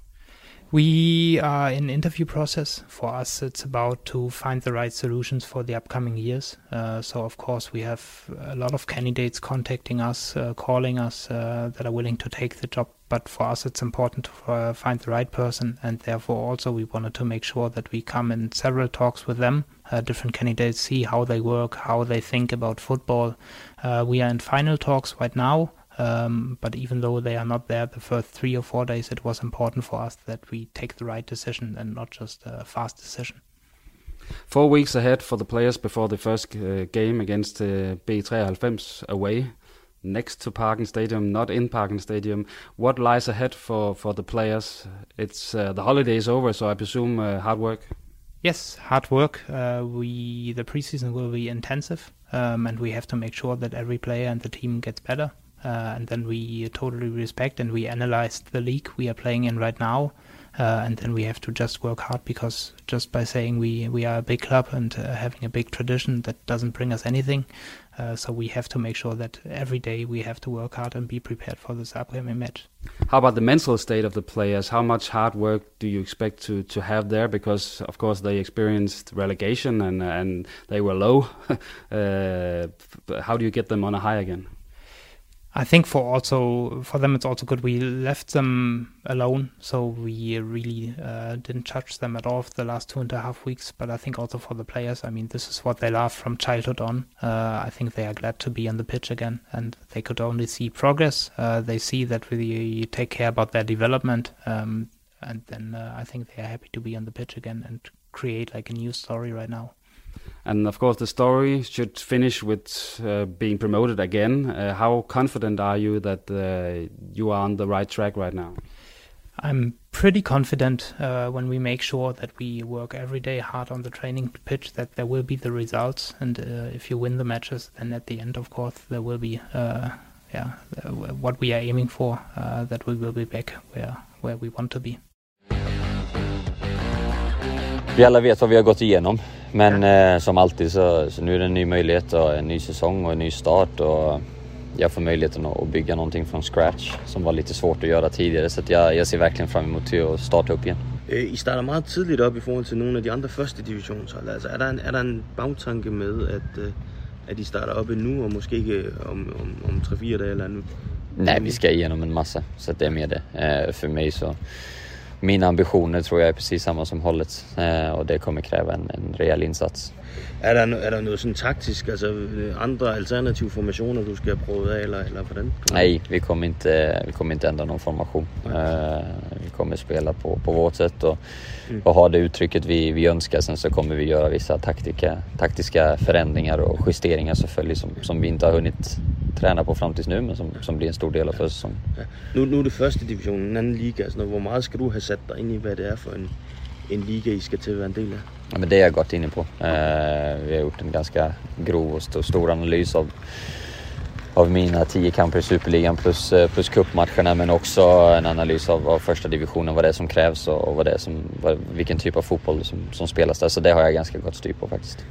We are in interview process. For us, it's about to find the right solutions for the upcoming years. So, of course, we have a lot of candidates contacting us, calling us that are willing to take the job. But for us, it's important to find the right person. And therefore, also, we wanted to make sure that we come in several talks with them, different candidates, see how they work, how they think about football. We are in final talks right now. But even though they are not there the first 3 or 4 days, it was important for us that we take the right decision and not just a fast decision. 4 weeks ahead for the players before the first game against B93 away, next to Parken Stadium, not in Parken Stadium. What lies ahead for the players? It's the holiday is over, so I presume hard work. Yes, hard work. The preseason will be intensive, and we have to make sure that every player and the team gets better. And then we totally respect and we analyze the league we are playing in right now. And then we have to just work hard, because just by saying we are a big club and having a big tradition, that doesn't bring us anything. So we have to make sure that every day we have to work hard and be prepared for this upcoming match. How about the mental state of the players? How much hard work do you expect to have there? Because, of course, they experienced relegation and they were low. How do you get them on a high again? I think for them it's also good we left them alone, so we really didn't touch them at all for the last 2.5 weeks. But I think also for the players, I mean, this is what they love from childhood on. I think they are glad to be on the pitch again, and they could only see progress. They see that we take care about their development, and then I think they are happy to be on the pitch again and create like a new story right now. And of course, the story should finish with being promoted again. How confident are you that you are on the right track right now? I'm pretty confident when we make sure that we work every day hard on the training pitch, that there will be the results. And if you win the matches, then at the end, of course, there will be what we are aiming for, that we will be back where we want to be. Vi alla vet vad vi har gått igenom, men som alltid så nu är det en ny möjlighet och en ny säsong och en ny start, och jag får möjligheten att bygga någonting från scratch som var lite svårt att göra tidigare, så att jag ser verkligen fram emot till att starta upp igen. I starter meget tidligt op i forhold til nogle af de andre første divisionshold. Altså er der en bagtanke med at de starter op nu og måske ikke om 3-4 dage eller nu? Nej, vi ska igenom en massa, så det är mer det. För mig så mina ambitioner tror jag är precis samma som hållets, och det kommer kräva en rejäl insats. Er der noget sådan taktisk, altså andre alternative formationer du skal prøve af eller hvordan? Nej, vi kommer inte ändra någon formation. Vi kommer spela på vårt sätt och ha det uttrycket vi önskar. Sen så kommer vi göra vissa taktiska förändringar och justeringar selvfølgelig som vi inte har hunnit træne på frem til nu, men som bliver en stor del af første sæson. Ja. Nu er det første division, en anden liga. Altså, hvor meget skal du have sat dig ind i, hvad det er for en liga, I skal til at være en del af? Ja, men det har jag gått inne på. Vi har gjort en ganska grov och stor analys av mina 10 kamper i Superligan plus cupmatcherna, men också en analys av första divisionen, vad det är som krävs och vilken typ av fotboll som spelas där. Så det har jag ganska gott styr på faktiskt.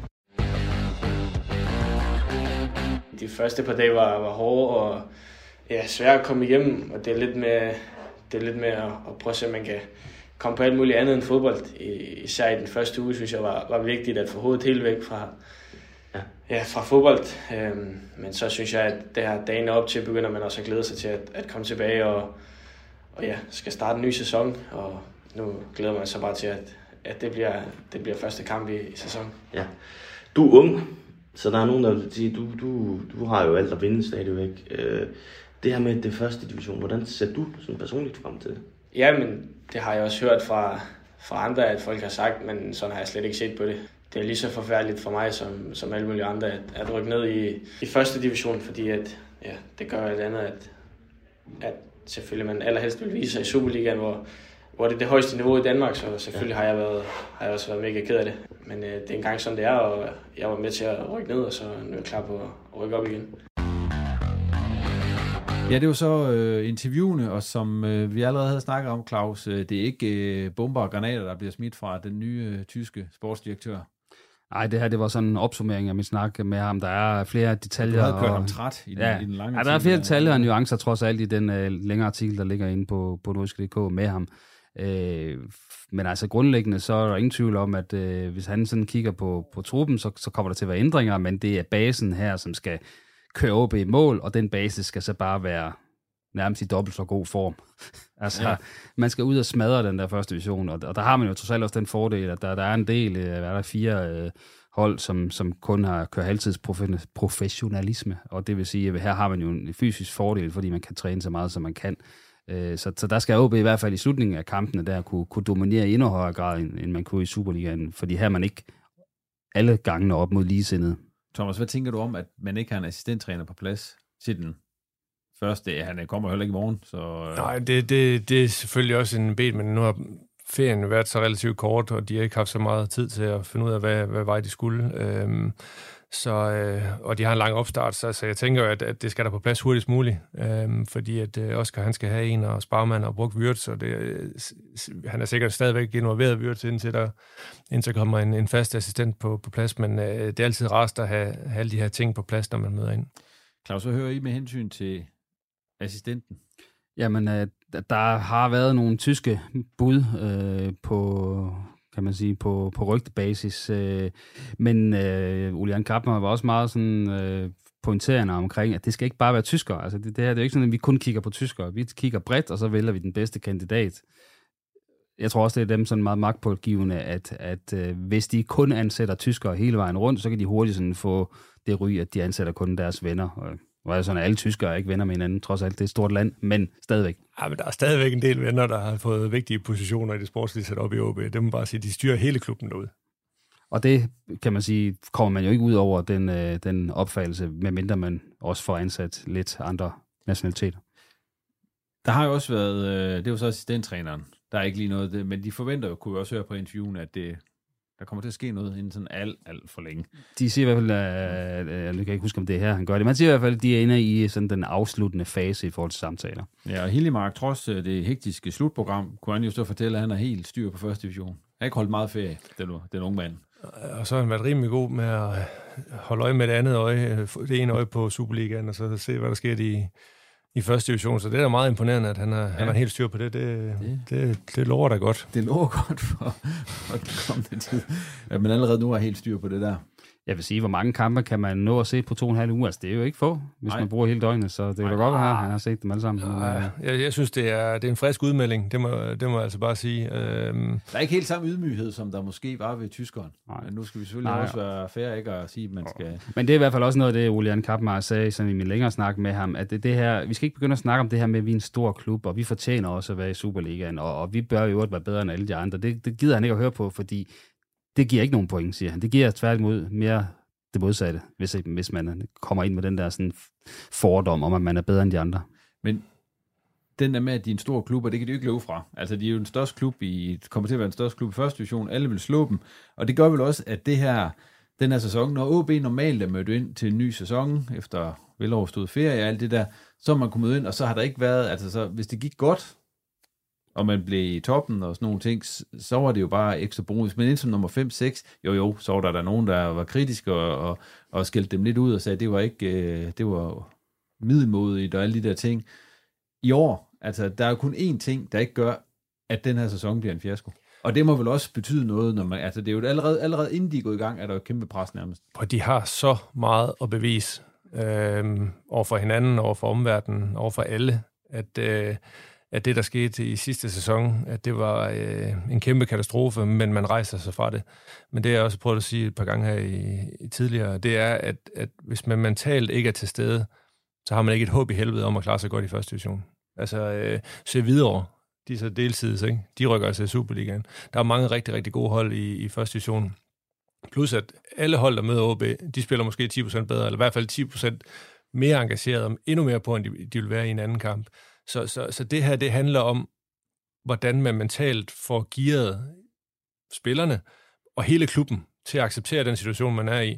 De første par dage var hårde og svære at komme igennem, og det er lidt med at prøve at se, om man kan komme på alt muligt andet end fodbold. Især i den første uge, synes jeg var vigtigt at få hovedet helt væk fra fodbold. Men så synes jeg, at det her dagen op til begynder man også at glæde sig til at komme tilbage og skal starte en ny sæson. Og nu glæder man sig bare til, at det bliver første kamp i sæsonen. Ja. Du er ung. Så der er nogen, der vil sige, du har jo alt at vinde stadigvæk. Det her med det første division, hvordan ser du sådan personligt frem til det? Ja, men det har jeg også hørt fra andre, at folk har sagt, men sådan har jeg slet ikke set på det. Det er lige så forfærdeligt for mig, som alle mulige andre, at rykke ned i første division, fordi at, det gør et andet, at selvfølgelig man allerhelst vil vise sig i Superligaen, hvor det er det højeste niveau i Danmark, så selvfølgelig har jeg også været mega ked af det. Men det er engang sådan det er, og jeg var med til at rykke ned, og så nu er jeg klar på at rykke op igen. Ja, det var så interviewene, og som vi allerede havde snakket om, Claus, det er ikke bomber og granater, der bliver smidt fra den nye tyske sportsdirektør. Nej, det her det var sådan en opsummering af min snak med ham. Der er flere detaljer. Du havde kørt ham træt i den lange der er flere detaljer og nuancer trods alt i den længere artikel, der ligger inde på nordisk.dk med ham. Men altså grundlæggende, så er der ingen tvivl om, at hvis han sådan kigger på truppen, så kommer der til at være ændringer, men det er basen her, som skal køre OB i mål, og den base skal så bare være nærmest i dobbelt så god form. Altså, man skal ud og smadre den der første division, og der har man jo trods alt også den fordel, at der er en del, der er 4 hold, som kun har kørt halvtids professionalisme, og det vil sige, at her har man jo en fysisk fordel, fordi man kan træne så meget, som man kan. Så der skal OB i hvert fald i slutningen af kampene der kunne dominere i endnu højere grad, end man kunne i Superligaen, fordi her er man ikke alle gangene op mod ligesindede. Thomas, hvad tænker du om, at man ikke har en assistenttræner på plads til den første? Han kommer heller ikke i morgen. Så Nej, det er selvfølgelig også en bed, men nu har ferien været så relativt kort, og de har ikke haft så meget tid til at finde ud af, hvad vej de skulle. Og de har en lang opstart, så jeg tænker jo, at det skal der på plads hurtigst muligt, fordi at Oscar, han skal have en, og Sparman og brugt Wirtz, og han er sikkert stadigvæk involveret Wirtz, indtil kommer en fast assistent på plads, men det er altid rarest at have alle de her ting på plads, når man møder ind. Claus, hvad hører I med hensyn til assistenten? Jamen, der har været nogle tyske bud på, kan man sige, på rygtebasis. Men Julian Kappmann var også meget sådan pointerende omkring, at det skal ikke bare være tyskere. Altså det her, det er jo ikke sådan, at vi kun kigger på tyskere. Vi kigger bredt, og så vælger vi den bedste kandidat. Jeg tror også, det er dem sådan meget magtpågivende, at hvis de kun ansætter tyskere hele vejen rundt, så kan de hurtigt sådan få det ry, at de ansætter kun deres venner. Og sådan, at alle tyskere er ikke venner med hinanden, trods alt det er et stort land, men stadigvæk. Ja, men der er stadigvæk en del venner, der har fået vigtige positioner i det sportslige sat op i OB. Det må bare sige, de styrer hele klubben derude. Og det, kan man sige, kommer man jo ikke ud over den opfattelse, medmindre man også får ansat lidt andre nationaliteter. Der har jo også været, det er jo så assistenttræneren, der er ikke lige noget, men de forventer jo, kunne vi også høre på interviewen, at der kommer til at ske noget inden sådan alt for længe. De siger i hvert fald, jeg kan ikke huske, om det er her, han gør det, men siger i hvert fald, at de er inde i sådan den afsluttende fase i forhold til samtaler. Ja, og Hillemark, trods det hektiske slutprogram, kunne han jo så fortælle, at han er helt styr på første division. Han har ikke holdt meget ferie, den unge mand. Og så har han været rimelig god med at holde øje med det andet øje, det ene øje på Superligaen, og så se, hvad der sker i første division. Så det er da meget imponerende, at han er helt styr på det. Det lover da godt. Det lover godt for den kommende tid. Men allerede nu er helt styr på det der. Jeg vil sige, hvor mange kampe kan man nå at se på 2,5 uger? Altså, det er jo ikke få, hvis man bruger hele døgnet, så det er da godt være her. Han har set dem alle sammen. Jeg synes, det er en frisk udmelding. Det må jeg altså bare sige. Der er ikke helt samme ydmyghed, som der måske var ved tyskeren. Men nu skal vi selvfølgelig også være fair, ikke at sige, at man skal... Men det er i hvert fald også noget af det, Julian Kappmann sagde sådan i min længere snak med ham, at det her, vi skal ikke begynde at snakke om det her med, at vi er en stor klub, og vi fortjener også at være i Superligaen, og vi bør jo være bedre end alle de andre. Det gider han ikke at høre på, fordi det giver ikke nogen point, siger han. Det giver tværtimod mere det modsatte, hvis man kommer ind med den der sådan fordom om, at man er bedre end de andre. Men den der med, at de er en stor klub, og det kan de jo ikke løbe fra. Altså, de er jo den største klub kommer til at være den største klub i første division. Alle vil slå dem. Og det gør vel også, at den her sæson, når OB normalt er mødt ind til en ny sæson, efter veloverstået ferie og alt det der, så er man kommet ind, og så har der ikke været, altså så, hvis det gik godt, og man blev i toppen og sådan nogle ting, så var det jo bare ekstra bonus. Men indtil nummer 5-6, jo, så var der nogen, der var kritiske og skældte dem lidt ud og sagde, at det var ikke, det var middelmodigt og alle de der ting. I år, altså der er jo kun én ting, der ikke gør, at den her sæson bliver en fiasko. Og det må vel også betyde noget, når man, altså det er jo allerede inden de er gået i gang, er der jo kæmpe pres nærmest. Og de har så meget at bevise over for hinanden, over for omverdenen, over for alle, at det, der skete i sidste sæson, at det var en kæmpe katastrofe, men man rejser sig fra det. Men det jeg også prøvet at sige et par gange her i tidligere, det er, at hvis man mentalt ikke er til stede, så har man ikke et håb i helvede om at klare sig godt i første division. Altså, se videre. De er så deltids, ikke? De rykker altså i Superligaen. Der er mange rigtig, rigtig gode hold i første division. Plus at alle hold, der møder OB, de spiller måske 10% bedre, eller i hvert fald 10% mere engageret, og endnu mere på, end de vil være i en anden kamp. Så det her, det handler om, hvordan man mentalt får gearet spillerne og hele klubben til at acceptere den situation, man er i.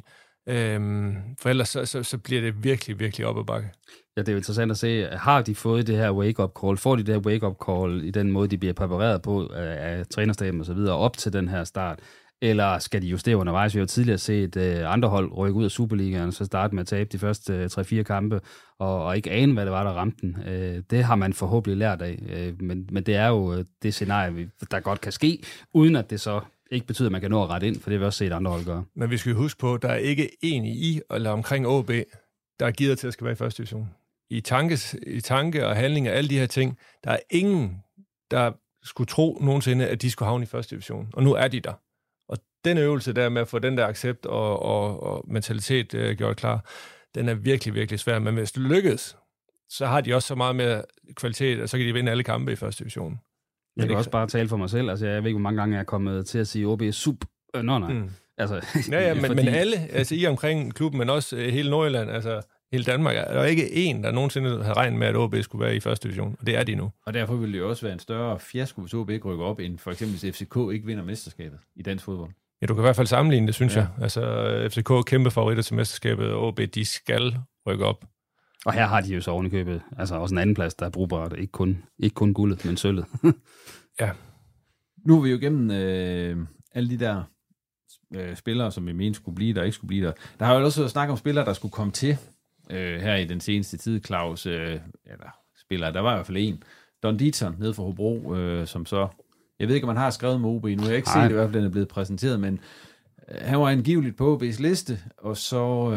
For ellers så bliver det virkelig, virkelig op ad bakke. Ja, det er jo interessant at se, har de fået det her wake-up call? Får de det her wake-up call i den måde, de bliver præpareret på af trænerstaben og så videre op til den her start? Eller skal de justere undervejs? Vi har jo tidligere set andre hold rykke ud af Superligaen, så starte med at tabe de første 3-4 kampe, og ikke ane, hvad det var, der ramte den. Det har man forhåbentlig lært af. Men det er jo det scenarie, der godt kan ske, uden at det så ikke betyder, at man kan nå at rette ind, for det har vi også set andre hold gøre. Men vi skal jo huske på, at der er ikke en i eller omkring OB, der er givet til at skal være i første division. I tanke og handling og alle de her ting, der er ingen, der skulle tro nogensinde, at de skulle havne i første division. Og nu er de der. Og den øvelse der med at få den der accept og mentalitet gjort klar, den er virkelig, virkelig svær. Men hvis det lykkes, så har de også så meget mere kvalitet, og så kan de vinde alle kampe i første division. Jeg kan også bare tale for mig selv. Altså, jeg ved ikke, hvor mange gange jeg er kommet til at sige, OB er nej. Altså, ja, men alle, altså I omkring klubben, men også hele Nordjylland, altså hele Danmark, er der ikke en, der nogensinde havde regnet med, at OB skulle være i første division, og det er de nu. Og derfor ville det jo også være en større fiasko, hvis OB ikke rykker op, end for eksempel hvis FCK ikke vinder mesterskabet i dansk fodbold. Ja, du kan i hvert fald sammenligne det, synes jeg. Altså, FCK er kæmpe favoritter til mesterskabet, og OB, de skal rykke op. Og her har de jo så ovenikøbet, altså også en anden plads, der er brugbart, ikke kun guldet, men sølvet. Ja. Nu er vi jo igennem alle de der spillere, som vi mente skulle blive der, ikke skulle blive der. Der har jo også været snak om spillere, der skulle komme til her i den seneste tid, Claus, eller spillere, der var i hvert fald en, Don Dieter, nede fra Hobro, som så, jeg ved ikke, om man har skrevet med OB, nu har jeg ikke set det, i hvert fald den er blevet præsenteret, men han var angiveligt på OB's liste, og så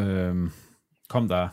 kom der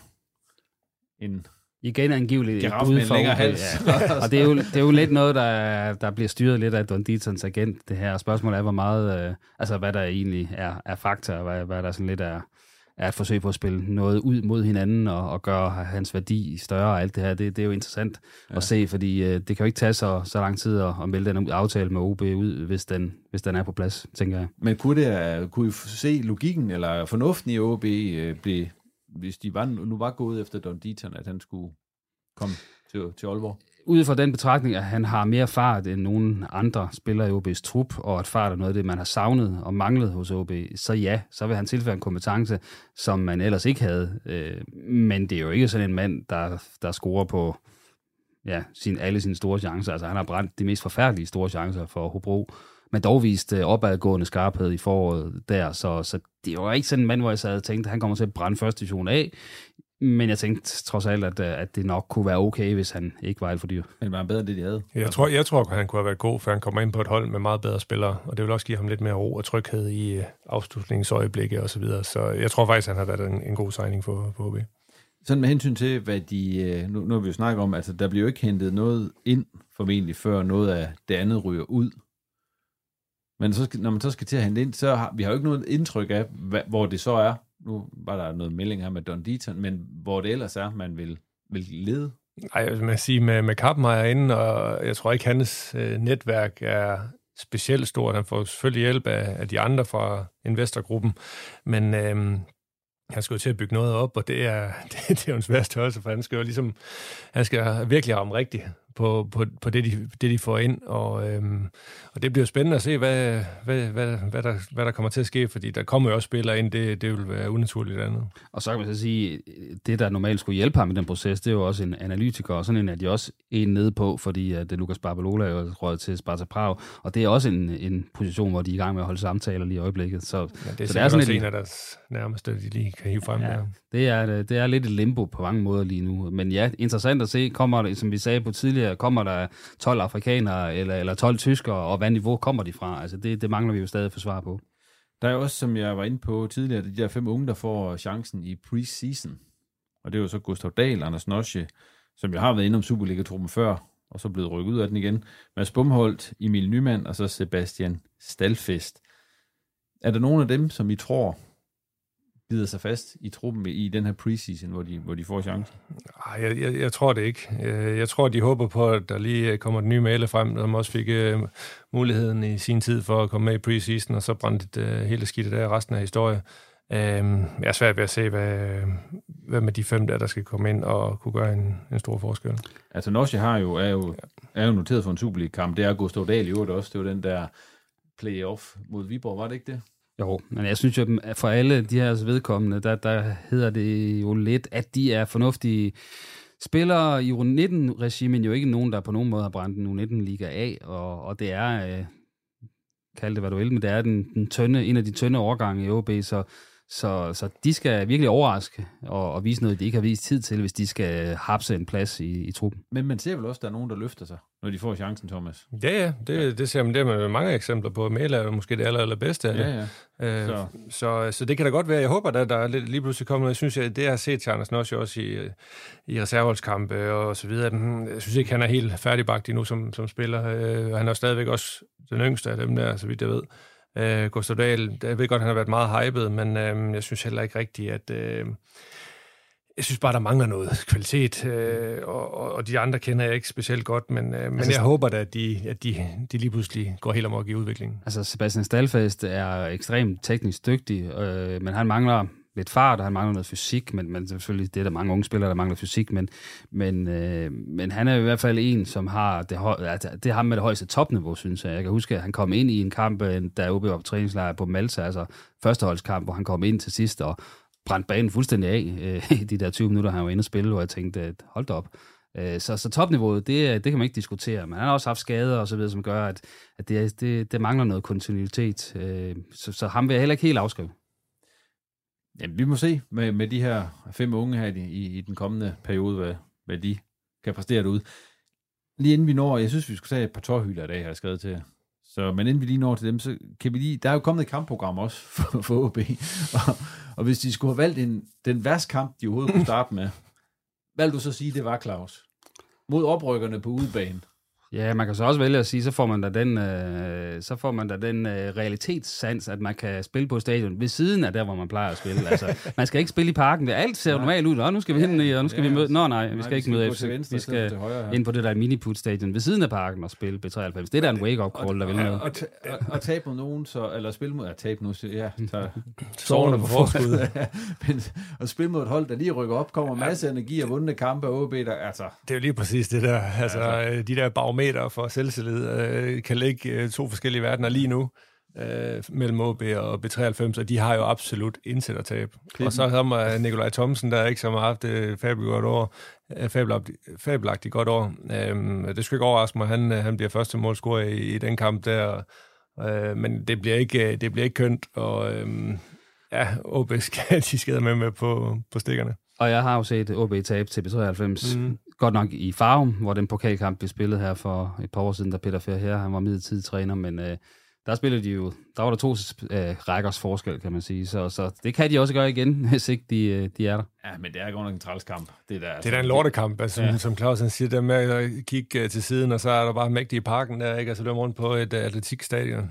en igen angiveligt et bud for længere hals. Ja. Og det er jo lidt noget, der bliver styret lidt af Don Dieters agent, det her. Spørgsmålet er, hvor meget, altså hvad der egentlig er fakta, og hvad der sådan lidt er et forsøg på at spille noget ud mod hinanden, og gøre hans værdi større, og alt det her. Det er jo interessant at se, fordi det kan jo ikke tage så lang tid at melde den aftale med OB ud, hvis den er på plads, tænker jeg. Men kunne I se logikken, eller fornuften i OB hvis de nu var gået efter Don Dieter, at han skulle komme til Aalborg? Ud fra den betragtning, at han har mere fart end nogen andre spillere i OB's trup, og at fart er noget af det, man har savnet og manglet hos OB, så vil han tilføre en kompetence, som man ellers ikke havde. Men det er jo ikke sådan en mand, der scorer på alle sine store chancer. Altså han har brændt de mest forfærdelige store chancer for Hobro, men dog vist opadgående skarphed i foråret der, så det er jo ikke sådan en mand, hvor jeg sad og tænkte, at han kommer til at brænde første division af, men jeg tænkte trods alt, at det nok kunne være okay, hvis han ikke var alt for dyr. Men var han bedre end det, de havde? Jeg tror, han kunne have været god, for han kommer ind på et hold med meget bedre spillere, og det vil også give ham lidt mere ro og tryghed i afslutningsøjeblikke og så videre. Så jeg tror faktisk, han har været en god signing for OB. Sådan med hensyn til, hvad de... Nu har vi jo snakket om, altså der bliver jo ikke hentet noget ind, formentlig, før noget af det andet ryger ud. Men når man så skal til at hente ind, så har vi jo ikke noget indtryk af, hvor det så er. Nu var der noget melding her med Don Dieter, men hvor det ellers er, man vil lede. Nej, jeg vil sige med Kapmeier inde, og jeg tror ikke, hans netværk er specielt stort. Han får selvfølgelig hjælp af de andre fra investorgruppen, men han skal jo til at bygge noget op, og det er jo en svær størrelse, for han skal virkelig have om rigtigt på det, de får ind, og det bliver spændende at se, hvad der kommer til at ske, fordi der kommer jo også spillere ind, det vil være unaturligt andet. Og så kan man så sige, det der normalt skulle hjælpe ham i den proces, det er jo også en analytiker, og sådan en er de også en nede på, fordi at Lukas Barbalola er jo røget til Sparta Prag, og det er også en position, hvor de er i gang med at holde samtaler lige i øjeblikket. Så det er sådan en af deres nærmeste, de lige kan hive frem. Ja, det er lidt et limbo på mange måder lige nu, men ja, interessant at se, kommer der, som vi sagde på tidligere, kommer der 12 afrikanere eller 12 tyskere, og hvad niveau kommer de fra? Altså det mangler vi jo stadig for svar på. Der er også, som jeg var inde på tidligere, de der 5 unge, der får chancen i preseason. Og det er jo så Gustav Dahl, Anders Nosje, som jo har været inde om Superliga-truppen før, og så blevet rykket ud af den igen. Mads Bumholdt, Emil Nyman og så Sebastian Stalfest. Er der nogen af dem, som I tror bider sig fast i truppen i den her preseason, hvor de får chancen? Jeg tror det ikke. Jeg tror, de håber på, at der lige kommer den nye male frem, som også fik muligheden i sin tid for at komme med i preseason, og så brændte hele skidtet der resten af historien. Jeg er svært ved at se, hvad med de 5 der skal komme ind og kunne gøre en stor forskel. Altså Norge er jo noteret for en Superliga-kamp. Det er Gustav Dahl i øvrigt også. Det var den der playoff mod Viborg, var det ikke det? Jo, men jeg synes jo, at for alle de her vedkommende, der hedder det jo lidt, at de er fornuftige spillere i U19-regimen, jo ikke nogen, der på nogen måde har brændt en U19-liga af, og det er, kald det hvad du vil, men det er en af de tynde årgange i OB, så de skal virkelig overraske og vise noget, de ikke har vist tid til, hvis de skal hapse en plads i truppen. Men man ser vel også, at der er nogen, der løfter sig, når de får chancen, Thomas? Ja, det ser man der med mange eksempler på. Mæle er jo måske det allerbedste af det. Ja. Så det kan da godt være. Jeg håber, der er lige pludselig kommet noget. Jeg synes, at det jeg har set Charles Nossi også i reserveholdskampe og så videre. Jeg synes ikke, han er helt færdigbagt endnu som spiller. Han er stadigvæk også den yngste af dem der, så vidt jeg ved. Gustav Dahl, jeg ved godt, han har været meget hyped, men jeg synes heller ikke rigtigt, at... jeg synes bare, der mangler noget kvalitet, og de andre kender jeg ikke specielt godt, men jeg håber da, at de lige pludselig går helt amok i udviklingen. Altså, Sebastian Stalfest er ekstremt teknisk dygtig, men han mangler lidt fart, og han mangler noget fysik, men selvfølgelig, det er der mange unge spillere, der mangler fysik, men han er i hvert fald en, som har det er ham med det højeste topniveau, synes jeg. Jeg kan huske, at han kom ind i en kamp, der OB var på træningslejr på Malta, altså førsteholdskamp, hvor han kom ind til sidst og brændte banen fuldstændig af i de der 20 minutter, han var inde og spille, hvor jeg tænkte, at hold da op. Så topniveauet, det kan man ikke diskutere, men han har også haft skader og så videre, som gør, at det mangler noget kontinuitet. Så ham vil jeg heller ikke helt afskrive. Jamen, vi må se med de her 5 unge her i den kommende periode, hvad de kan præstere derude. Lige inden vi når, jeg synes, vi skulle tage et par tårhylder i dag, har jeg skrevet til. Men inden vi lige når til dem, så kan vi lige... Der er jo kommet et kampprogram også for OB, og hvis de skulle have valgt den værste kamp, de overhovedet kunne starte med, hvad vil du så sige, det var, Claus? Mod oprykkerne på udebane. Ja, man kan så også vælge at sige, så får man da den realitetssans, at man kan spille på stadion ved siden af der, hvor man plejer at spille. Altså, man skal ikke spille i parken. Alt ser normalt ud. Nu skal vi hen og nu skal vi møde... Nej, vi skal ikke møde FC. Vi skal ind på det der miniput-stadion ved siden af parken og spille B93. Det er der en wake-up call, der vil noget. Og tabe mod nogen, eller spille mod... tabe nu, ja. Sovende på forskud. Og spille mod et hold, der lige rykker op, kommer masse energi og vundne kampe af OB, der... Altså. Det er jo lige præcis det der. Altså, de der barometer for selvtillid kan ligge 2 forskellige verdener lige nu mellem OB og B93, og de har jo absolut intet at tabe. Og så har Nikolaj Thomsen, der ikke som har haft et fabelagtigt godt år. Det skal ikke overraske mig, han bliver første målscorer i den kamp der, men det bliver ikke kønt, og OB de skal med på stikkerne. Og jeg har jo set OB tabe til B93, godt nok i Farum, hvor den pokalkamp blev spillet her for et par år siden, da Peter Fer her, han var midlertidig træner, men der spillede de jo, der var der 2 rækkers forskel, kan man sige, så det kan de også gøre igen, hvis ikke de er der. Ja, men det er godt nok en trælskamp. Det er da en lortekamp, altså, som Claus siger, der med at kigge til siden, og så er der bare mægtig i parken der, ikke? Altså løber rundt på et atletikstadion.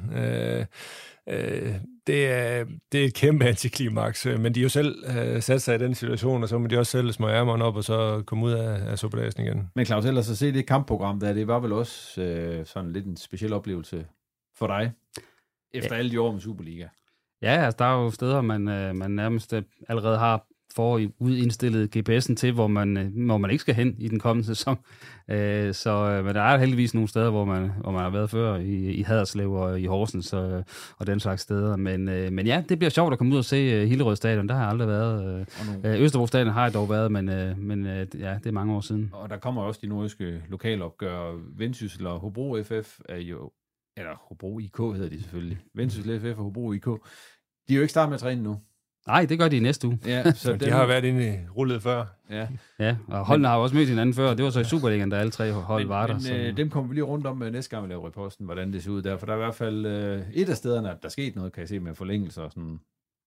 Det er et kæmpe antiklimaks, men de jo selv sat sig i den situation, og så må de også selv smøge ærmerne op, og så komme ud af suppedagen igen. Men Claus, ellers at se det kampprogram der, det var vel også sådan lidt en speciel oplevelse for dig, efter alle de år med Superliga? Ja, altså der er jo steder, man nærmest allerede har udindstillet GPS'en til, hvor man ikke skal hen i den kommende sæson. Men der er heldigvis nogle steder, hvor man har været før, i Haderslev og i Horsens og den slags steder. Men ja, det bliver sjovt at komme ud og se Hillerød Stadion. Der har jeg aldrig været. Østerbro Stadion har jeg dog været, men ja, det er mange år siden. Og der kommer også de nordjyske lokalopgør. Vendsyssel og Hobro FF er jo... Eller Hobro IK hedder de selvfølgelig. Vendsyssel FF og Hobro IK. De er jo ikke startet med at træne nu. Nej, det gør de i næste uge. Ja, så de har været inde i rullet før. Ja, og holdene har jo også mødt hinanden før. Det var så i Superligaen, der alle 3 hold var der. Men dem kommer vi lige rundt om næste gang, vi laver reposten, hvordan det ser ud der. For der er i hvert fald et af stederne, at der skete noget, kan jeg se, med forlængelser og sådan.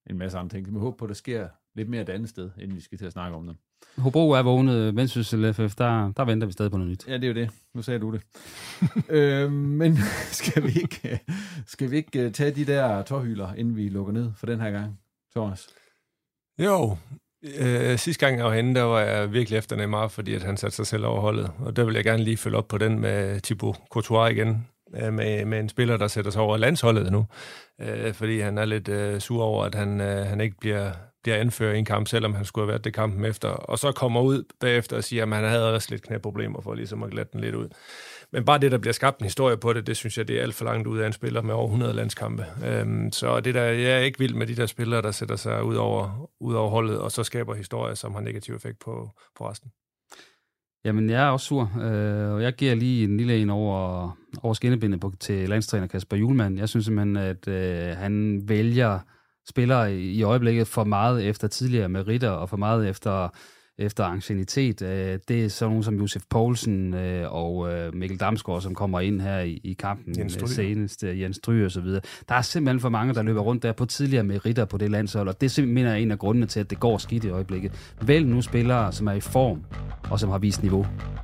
en masse andre ting. Vi håber på, at der sker lidt mere et andet sted, inden vi skal til at snakke om dem. Hobro er vågnet, Vendsyssel FF, der venter vi stadig på noget nyt. Ja, det er jo det. Nu sagde du det. Men skal vi ikke tage de der tårhyler, inden vi lukker ned for den her gang, Thomas? Jo. Sidste gang jeg var henne, der var jeg virkelig efter Neymar, fordi at han satte sig selv over holdet. Og der vil jeg gerne lige følge op på den med Thibaut Courtois igen. Med en spiller, der sætter sig over landsholdet nu. Fordi han er lidt sur over, at han ikke bliver anfører i en kamp, selvom han skulle have været det kampen efter. Og så kommer ud bagefter og siger, at han havde også lidt knæproblemer for ligesom at glatte den lidt ud. Men bare det, der bliver skabt en historie på det synes jeg, det er alt for langt ud af en spiller med over 100 landskampe. Så det der, jeg er ikke vild med de der spillere, der sætter sig ud over holdet, og så skaber historier, som har negativ effekt på resten. Jamen, jeg er også sur, og jeg giver lige en lille en over skinnebindet til landstræner Kasper Hjulmand. Jeg synes simpelthen, at han vælger spillere i øjeblikket for meget efter tidligere meritter, og for meget efter anciennitet. Det er sådan nogen som Josef Poulsen og Mikkel Damsgaard, som kommer ind her i kampen senest, Jens Stryger og så videre. Der er simpelthen for mange, der løber rundt der på tidligere meritter på det landshold, og det simpelthen er en af grundene til, at det går skidt i øjeblikket. Vælg nu spillere, som er i form, og som har vist niveau.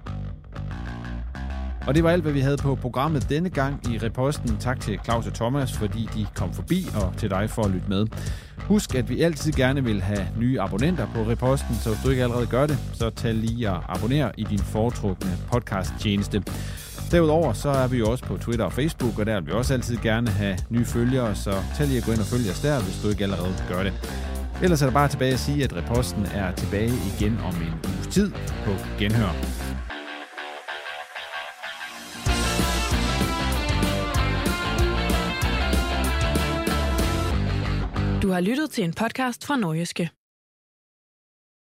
Og det var alt, hvad vi havde på programmet denne gang i Reposten. Tak til Claus og Thomas, fordi de kom forbi, og til dig for at lytte med. Husk, at vi altid gerne vil have nye abonnenter på Reposten, så hvis du ikke allerede gør det, så tag lige og abonner i din foretrukne podcast-tjeneste. Derudover så er vi jo også på Twitter og Facebook, og der vil vi også altid gerne have nye følgere, så tag lige at gå ind og følge os der, hvis du ikke allerede gør det. Ellers er der bare tilbage at sige, at Reposten er tilbage igen om en uges tid på Genhør. Du har lyttet til en podcast fra Nordjyske.